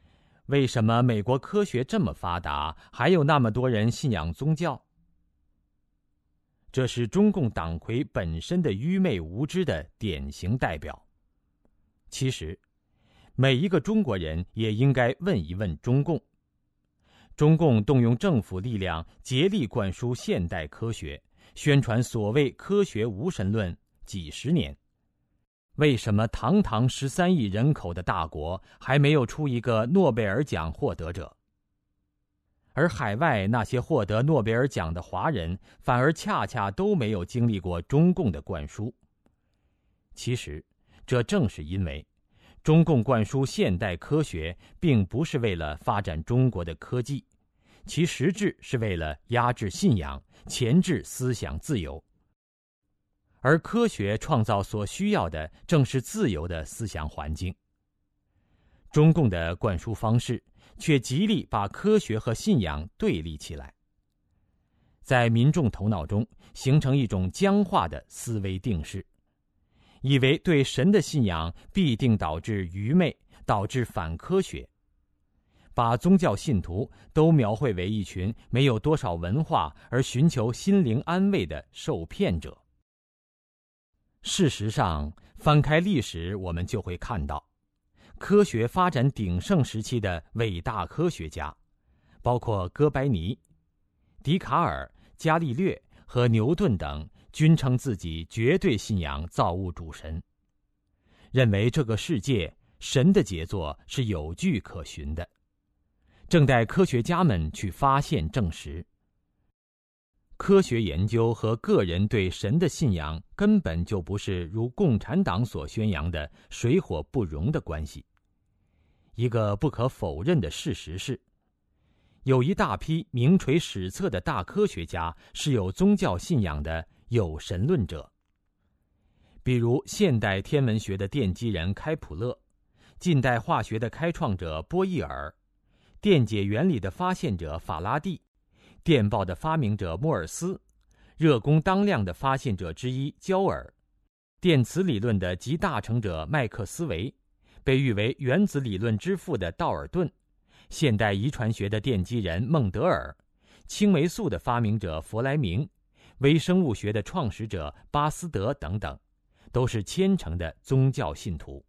为什么美国科学这么发达，还有那么多人信仰宗教？这是中共党魁本身的愚昧无知的典型代表。其实，每一个中国人也应该问一问中共。中共动用政府力量竭力灌输现代科学，宣传所谓科学无神论几十年，为什么堂堂十三亿人口的大国还没有出一个诺贝尔奖获得者？而海外那些获得诺贝尔奖的华人，反而恰恰都没有经历过中共的灌输。其实，这正是因为中共灌输现代科学并不是为了发展中国的科技，其实质是为了压制信仰，钳制思想自由。而科学创造所需要的正是自由的思想环境。中共的灌输方式却极力把科学和信仰对立起来，在民众头脑中形成一种僵化的思维定式，以为对神的信仰必定导致愚昧，导致反科学，把宗教信徒都描绘为一群没有多少文化而寻求心灵安慰的受骗者。事实上，翻开历史，我们就会看到，科学发展鼎盛时期的伟大科学家，包括哥白尼、笛卡尔、伽利略和牛顿等，均称自己绝对信仰造物主神，认为这个世界神的杰作是有据可循的，正待科学家们去发现证实。科学研究和个人对神的信仰根本就不是如共产党所宣扬的水火不容的关系。一个不可否认的事实是，有一大批名垂史册的大科学家是有宗教信仰的有神论者，比如现代天文学的奠基人开普勒，近代化学的开创者波义耳，电解原理的发现者法拉第，电报的发明者莫尔斯，热功当量的发现者之一焦耳，电磁理论的集大成者麦克斯韦，被誉为原子理论之父的道尔顿，现代遗传学的奠基人孟德尔，青霉素的发明者弗莱明，微生物学的创始者巴斯德等等，都是虔诚的宗教信徒。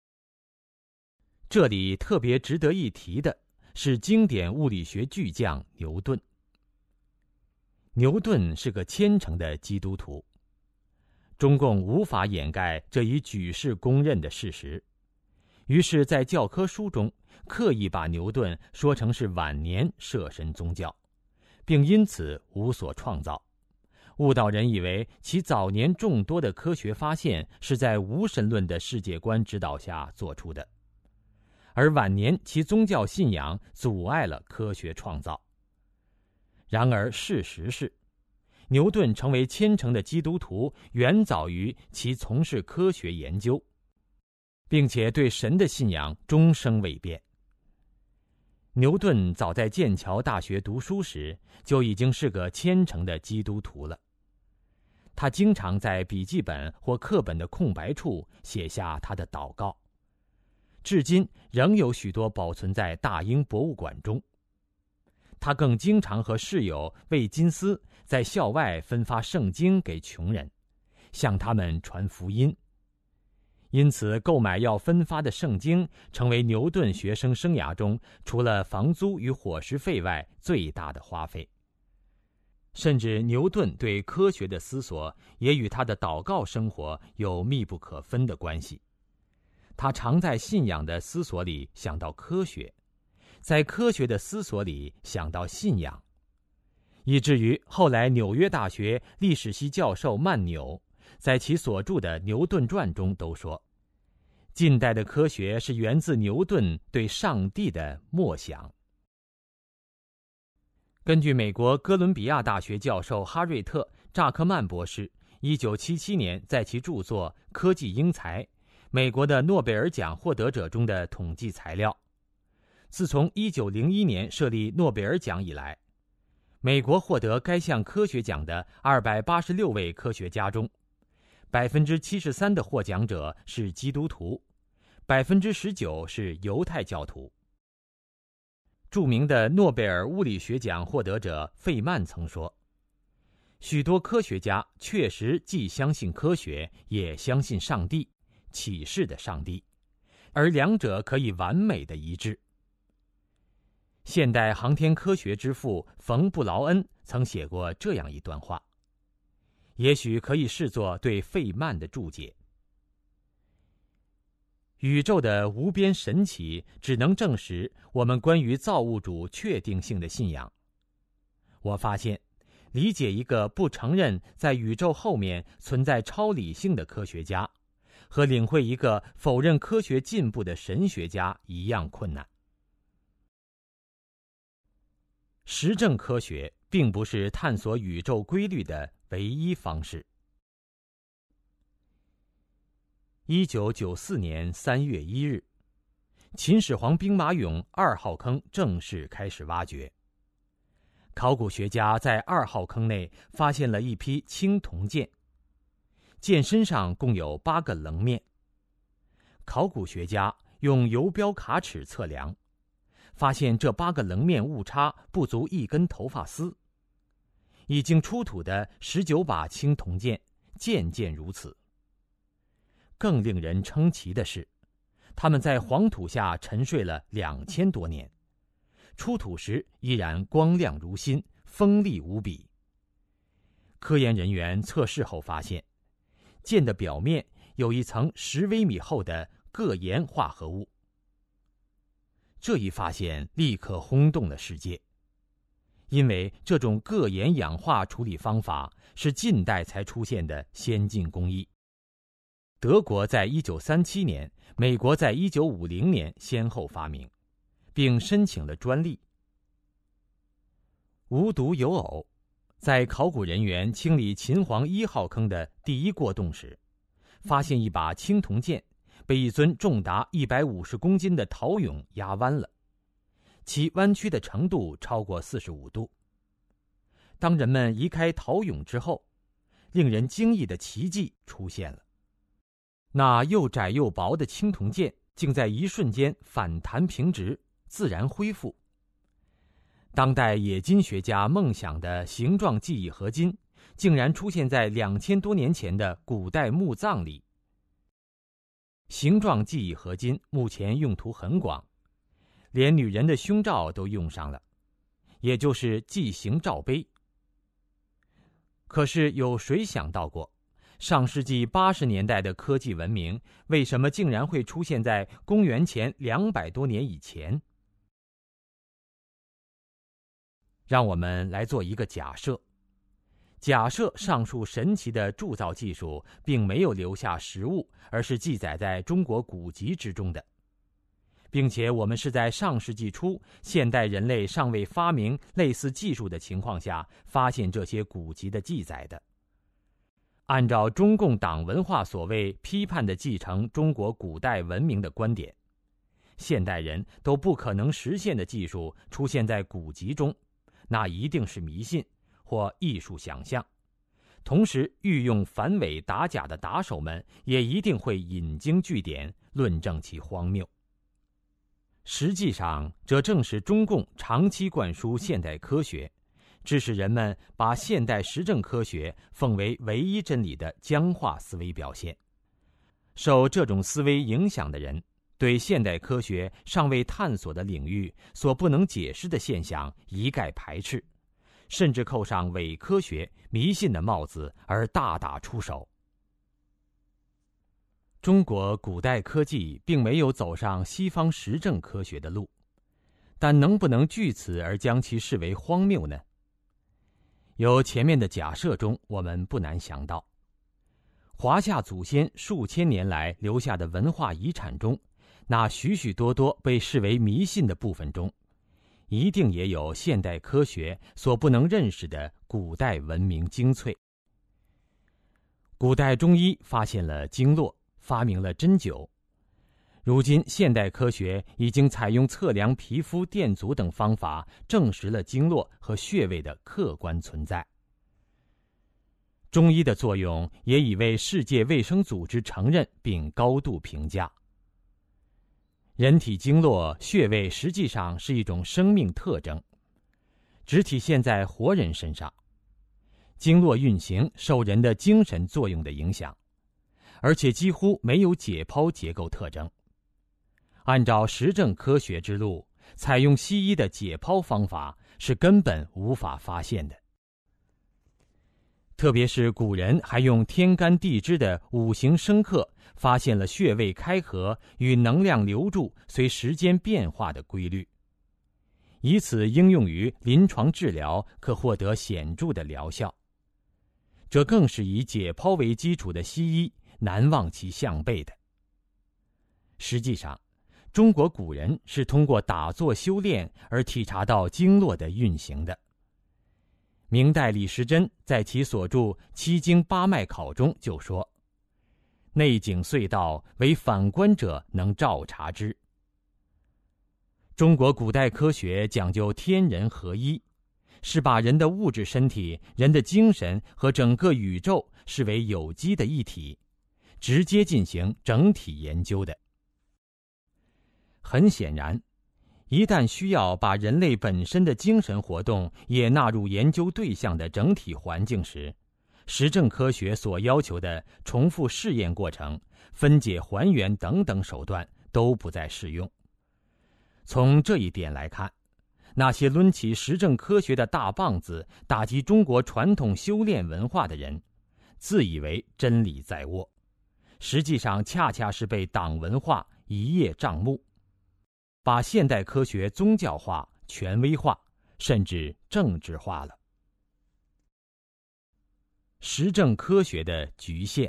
这里特别值得一提的是经典物理学巨匠牛顿。牛顿是个虔诚的基督徒，中共无法掩盖这一举世公认的事实，于是在教科书中刻意把牛顿说成是晚年涉身宗教，并因此无所创造，误导人以为其早年众多的科学发现是在无神论的世界观指导下做出的，而晚年其宗教信仰阻碍了科学创造。然而事实是，牛顿成为虔诚的基督徒远早于其从事科学研究，并且对神的信仰终生未变。牛顿早在剑桥大学读书时就已经是个虔诚的基督徒了，他经常在笔记本或课本的空白处写下他的祷告，至今仍有许多保存在大英博物馆中。他更经常和室友魏金斯在校外分发圣经给穷人，向他们传福音。因此，购买要分发的圣经成为牛顿学生生涯中除了房租与伙食费外最大的花费。甚至牛顿对科学的思索也与他的祷告生活有密不可分的关系。他常在信仰的思索里想到科学，在科学的思索里想到信仰，以至于后来纽约大学历史系教授曼纽在其所著的《牛顿传》中都说，近代的科学是源自牛顿对上帝的默想。根据美国哥伦比亚大学教授哈瑞特·扎克曼博士一九七七年在其著作《科技英才：美国的诺贝尔奖获得者》中的统计材料，自从一九零一年设立诺贝尔奖以来，美国获得该项科学奖的二百八十六位科学家中，百分之七十三的获奖者是基督徒，百分之十九是犹太教徒。 著名的诺贝尔物理学奖获得者费曼曾说，许多科学家确实既相信科学，也相信上帝，启示的上帝，而两者可以完美的一致。现代航天科学之父冯布劳恩曾写过这样一段话，也许可以视作对费曼的注解。宇宙的无边神奇只能证实我们关于造物主确定性的信仰。我发现，理解一个不承认在宇宙后面存在超理性的科学家，和领会一个否认科学进步的神学家一样困难。实证科学并不是探索宇宙规律的唯一方式。一九九四年三月一日，秦始皇兵马俑二号坑正式开始挖掘。考古学家在二号坑内发现了一批青铜剑，剑身上共有八个棱面。考古学家用游标卡尺测量，发现这八个棱面误差不足一根头发丝。已经出土的十九把青铜剑，件件如此。更令人称奇的是，他们在黄土下沉睡了两千多年，出土时依然光亮如新，锋利无比。科研人员测试后发现，剑的表面有一层十微米厚的铬盐化合物。这一发现立刻轰动了世界，因为这种铬盐氧化处理方法是近代才出现的先进工艺。德国在一九三七年，美国在一九五零年先后发明，并申请了专利。无独有偶，在考古人员清理秦皇一号坑的第一过洞时，发现一把青铜剑被一尊重达一百五十公斤的陶俑压弯了，其弯曲的程度超过四十五度。当人们移开陶俑之后，令人惊异的奇迹出现了。那又窄又薄的青铜剑竟在一瞬间反弹平直，自然恢复。当代冶金学家梦想的形状记忆合金，竟然出现在两千多年前的古代墓葬里。形状记忆合金目前用途很广，连女人的胸罩都用上了，也就是记形罩杯。可是有谁想到过，上世纪八十年代的科技文明为什么竟然会出现在公元前两百多年以前？让我们来做一个假设，假设上述神奇的铸造技术并没有留下实物，而是记载在中国古籍之中的，并且我们是在上世纪初现代人类尚未发明类似技术的情况下发现这些古籍的记载的。按照中共党文化所谓批判的继承中国古代文明的观点，现代人都不可能实现的技术出现在古籍中，那一定是迷信或艺术想象。同时，御用反伪打假的打手们也一定会引经据典，论证其荒谬。实际上，这正是中共长期灌输现代科学，致使人们把现代实证科学奉为唯一真理的僵化思维表现。受这种思维影响的人，对现代科学尚未探索的领域所不能解释的现象一概排斥，甚至扣上伪科学、迷信的帽子而大打出手。中国古代科技并没有走上西方实证科学的路，但能不能据此而将其视为荒谬呢？由前面的假设中，我们不难想到，华夏祖先数千年来留下的文化遗产中，那许许多多被视为迷信的部分中，一定也有现代科学所不能认识的古代文明精粹。古代中医发现了经络，发明了针灸。如今现代科学已经采用测量皮肤电阻等方法，证实了经络和穴位的客观存在。中医的作用也已为世界卫生组织承认并高度评价。 人体经络穴位实际上是一种生命特征，只体现在活人身上。经络运行受人的精神作用的影响，而且几乎没有解剖结构特征。按照实证科学之路，采用西医的解剖方法是根本无法发现的。特别是古人还用天干地支的五行生克发现了穴位开合与能量流注随时间变化的规律，以此应用于临床治疗，可获得显著的疗效。这更是以解剖为基础的西医难望其项背的。实际上，中国古人是通过打坐修炼而体察到经络的运行的。明代李时珍在其所著《七经八脉考》中就说：“内景隧道，为反观者能照察之。”中国古代科学讲究天人合一，是把人的物质身体、人的精神和整个宇宙视为有机的一体，直接进行整体研究的。很显然，一旦需要把人类本身的精神活动也纳入研究对象的整体环境时，实证科学所要求的重复试验过程、分解还原等等手段都不再适用。从这一点来看，那些抡起实证科学的大棒子打击中国传统修炼文化的人，自以为真理在握，实际上恰恰是被党文化一叶障目，把现代科学宗教化、权威化，甚至政治化了。实证科学的局限。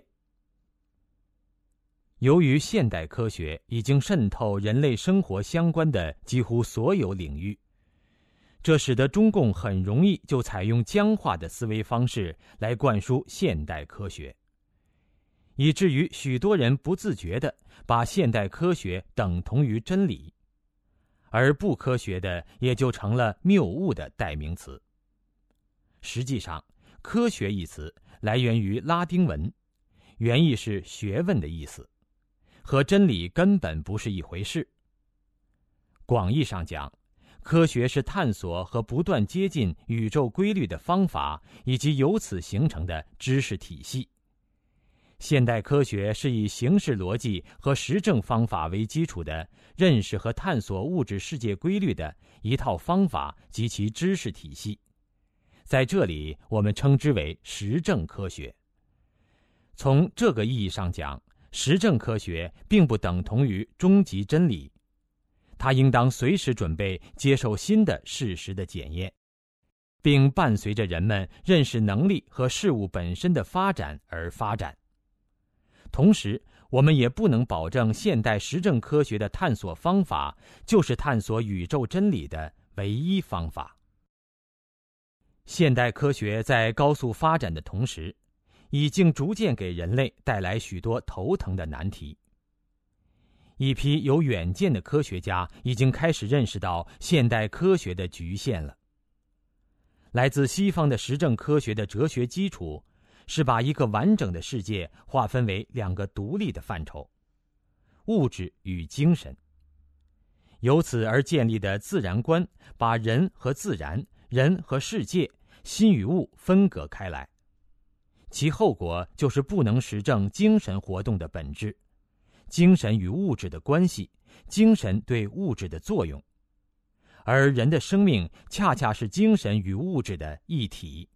由于现代科学已经渗透人类生活相关的几乎所有领域，这使得中共很容易就采用僵化的思维方式来灌输现代科学，以至于许多人不自觉地把现代科学等同于真理，而不科学的也就成了谬误的代名词。实际上，科学一词来源于拉丁文，原意是学问的意思，和真理根本不是一回事。广义上讲，科学是探索和不断接近宇宙规律的方法，以及由此形成的知识体系。现代科学是以形式逻辑和实证方法为基础的认识和探索物质世界规律的一套方法及其知识体系，在这里我们称之为实证科学。从这个意义上讲，实证科学并不等同于终极真理，它应当随时准备接受新的事实的检验，并伴随着人们认识能力和事物本身的发展而发展。同时，我们也不能保证现代实证科学的探索方法就是探索宇宙真理的唯一方法。现代科学在高速发展的同时，已经逐渐给人类带来许多头疼的难题。一批有远见的科学家已经开始认识到现代科学的局限了。来自西方的实证科学的哲学基础是把一个完整的世界划分为两个独立的范畴：物质与精神。由此而建立的自然观把人和自然、人和世界、心与物分隔开来，其后果就是不能实证精神活动的本质，精神与物质的关系，精神对物质的作用，而人的生命恰恰是精神与物质的一体。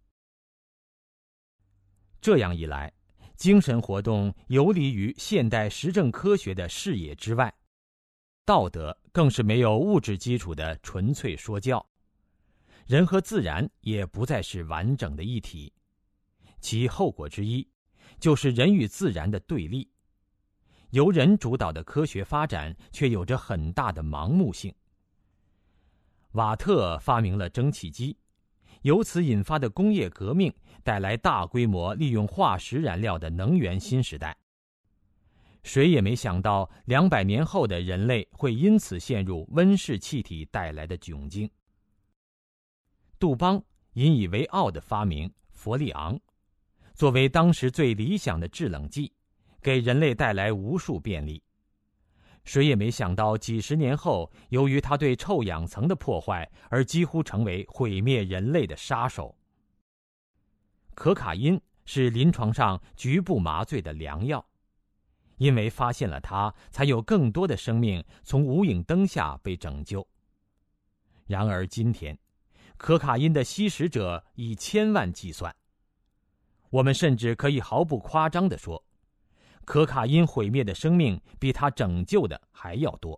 这样一来，精神活动游离于现代实证科学的视野之外，道德更是没有物质基础的纯粹说教，人和自然也不再是完整的一体，其后果之一就是人与自然的对立。由人主导的科学发展却有着很大的盲目性。瓦特发明了蒸汽机，由此引发的工业革命带来大规模利用化石燃料的能源新时代。谁也没想到两百年后的人类会因此陷入温室气体带来的窘境。杜邦引以为傲的发明氟利昂，作为当时最理想的制冷剂，给人类带来无数便利。 谁也没想到，几十年后，由于它对臭氧层的破坏，而几乎成为毁灭人类的杀手。可卡因是临床上局部麻醉的良药，因为发现了它，才有更多的生命从无影灯下被拯救。然而今天，可卡因的吸食者以千万计算。我们甚至可以毫不夸张地说，可卡因毁灭的生命比它拯救的还要多。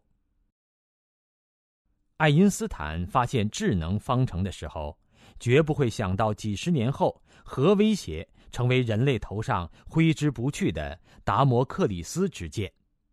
爱因斯坦发现智能方程的时候，绝不会想到几十年后，核威胁成为人类头上挥之不去的达摩克里斯之剑。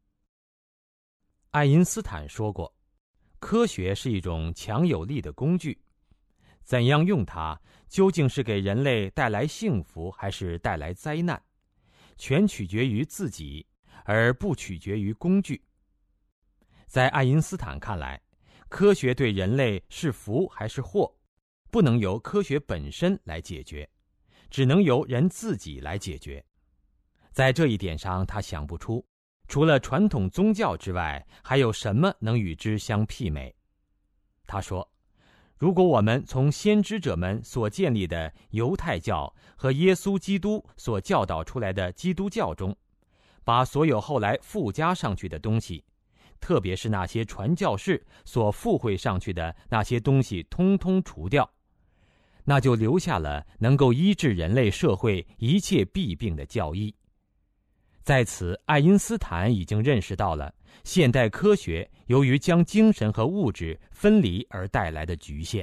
爱因斯坦说过，科学是一种强有力的工具，怎样用它，究竟是给人类带来幸福还是带来灾难，全取决于自己，而不取决于工具。在爱因斯坦看来，科学对人类是福还是祸，不能由科学本身来解决，只能由人自己来解决。在这一点上，他想不出，除了传统宗教之外，还有什么能与之相媲美。他说，如果我们从先知者们所建立的犹太教和耶稣基督所教导出来的基督教中，把所有后来附加上去的东西，特别是那些传教士所附会上去的那些东西通通除掉，那就留下了能够医治人类社会一切弊病的教义。在此，爱因斯坦已经认识到了现代科学由于将精神和物质分离而带来的局限。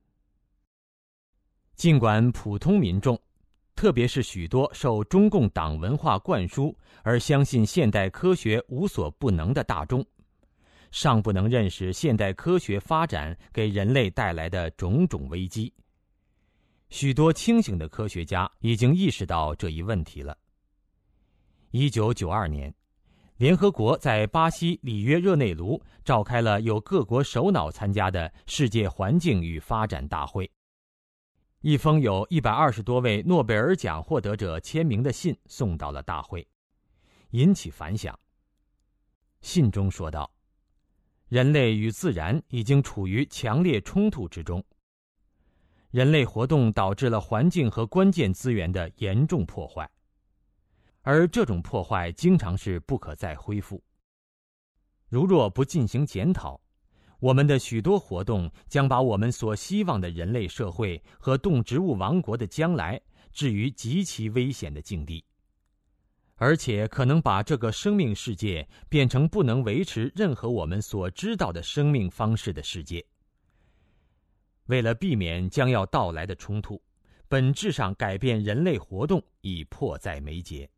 尽管普通民众，特别是许多受中共党文化灌输而相信现代科学无所不能的大众，尚不能认识现代科学发展给人类带来的种种危机。许多清醒的科学家已经意识到这一问题了。一九九二年，联合国在巴西里约热内卢召开了有各国首脑参加的世界环境与发展大会。一封有一百二十多位诺贝尔奖获得者签名的信送到了大会，引起反响。信中说道，人类与自然已经处于强烈冲突之中，人类活动导致了环境和关键资源的严重破坏，而这种破坏经常是不可再恢复。如若不进行检讨，我们的许多活动将把我们所希望的人类社会和动植物王国的将来置于极其危险的境地，而且可能把这个生命世界变成不能维持任何我们所知道的生命方式的世界。为了避免将要到来的冲突，本质上改变人类活动已迫在眉睫。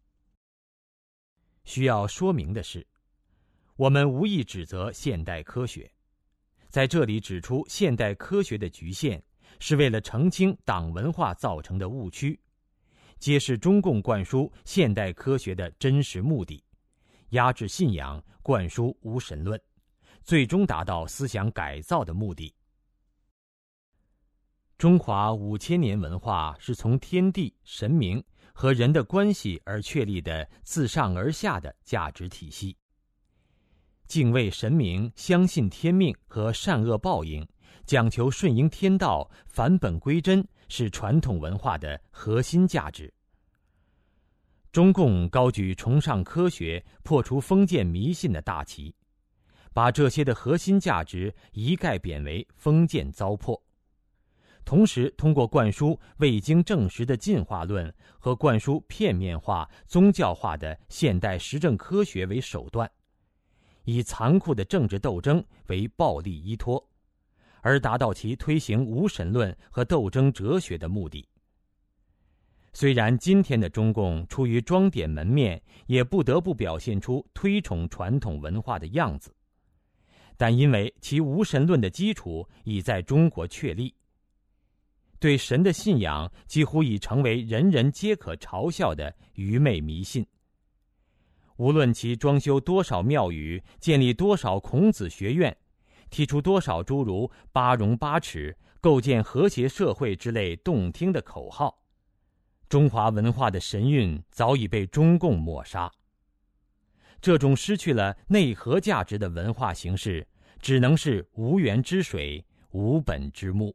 需要说明的是，我们无意指责现代科学，在这里指出现代科学的局限，是为了澄清党文化造成的误区，揭示中共灌输现代科学的真实目的，压制信仰，灌输无神论，最终达到思想改造的目的。中华五千年文化是从天地、神明和人的关系而确立的自上而下的价值体系。敬畏神明，相信天命和善恶报应，讲求顺应天道，返本归真，是传统文化的核心价值。中共高举崇尚科学、破除封建迷信的大旗，把这些的核心价值一概贬为封建糟粕，同时通过灌输未经证实的进化论和灌输片面化、宗教化的现代实证科学为手段，以残酷的政治斗争为暴力依托，而达到其推行无神论和斗争哲学的目的。虽然今天的中共出于装点门面，也不得不表现出推崇传统文化的样子，但因为其无神论的基础已在中国确立，对神的信仰几乎已成为人人皆可嘲笑的愚昧迷信。无论其装修多少庙宇，建立多少孔子学院，提出多少诸如八荣八耻、构建和谐社会之类动听的口号，中华文化的神韵早已被中共抹杀。 这种失去了内核价值的文化形式，只能是无源之水，无本之木。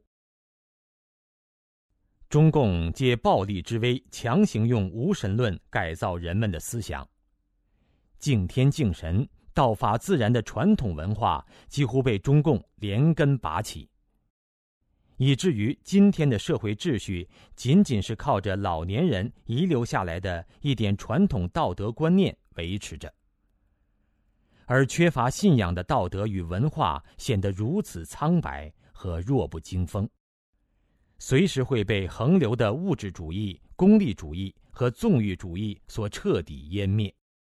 中共借暴力之威，强行用无神论改造人们的思想。敬天敬神、道法自然的传统文化几乎被中共连根拔起，以至于今天的社会秩序仅仅是靠着老年人遗留下来的一点传统道德观念维持着。而缺乏信仰的道德与文化显得如此苍白和弱不禁风，随时会被横流的物质主义、功利主义和纵欲主义所彻底湮灭。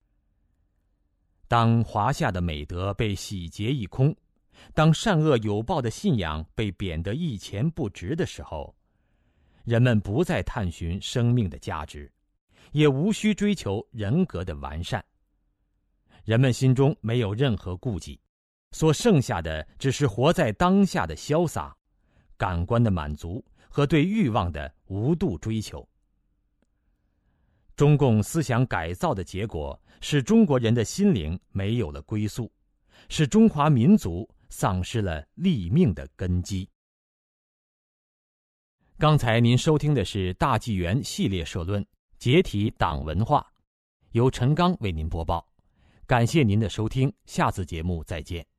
当华夏的美德被洗劫一空，当善恶有报的信仰被贬得一钱不值的时候，人们不再探寻生命的价值，也无需追求人格的完善。人们心中没有任何顾忌，所剩下的只是活在当下的潇洒、感官的满足和对欲望的无度追求。中共思想改造的结果使中国人的心灵没有了归宿，使中华民族丧失了立命的根基。刚才您收听的是大纪元系列社论《解体党文化》，由陈刚为您播报。感谢您的收听，下次节目再见。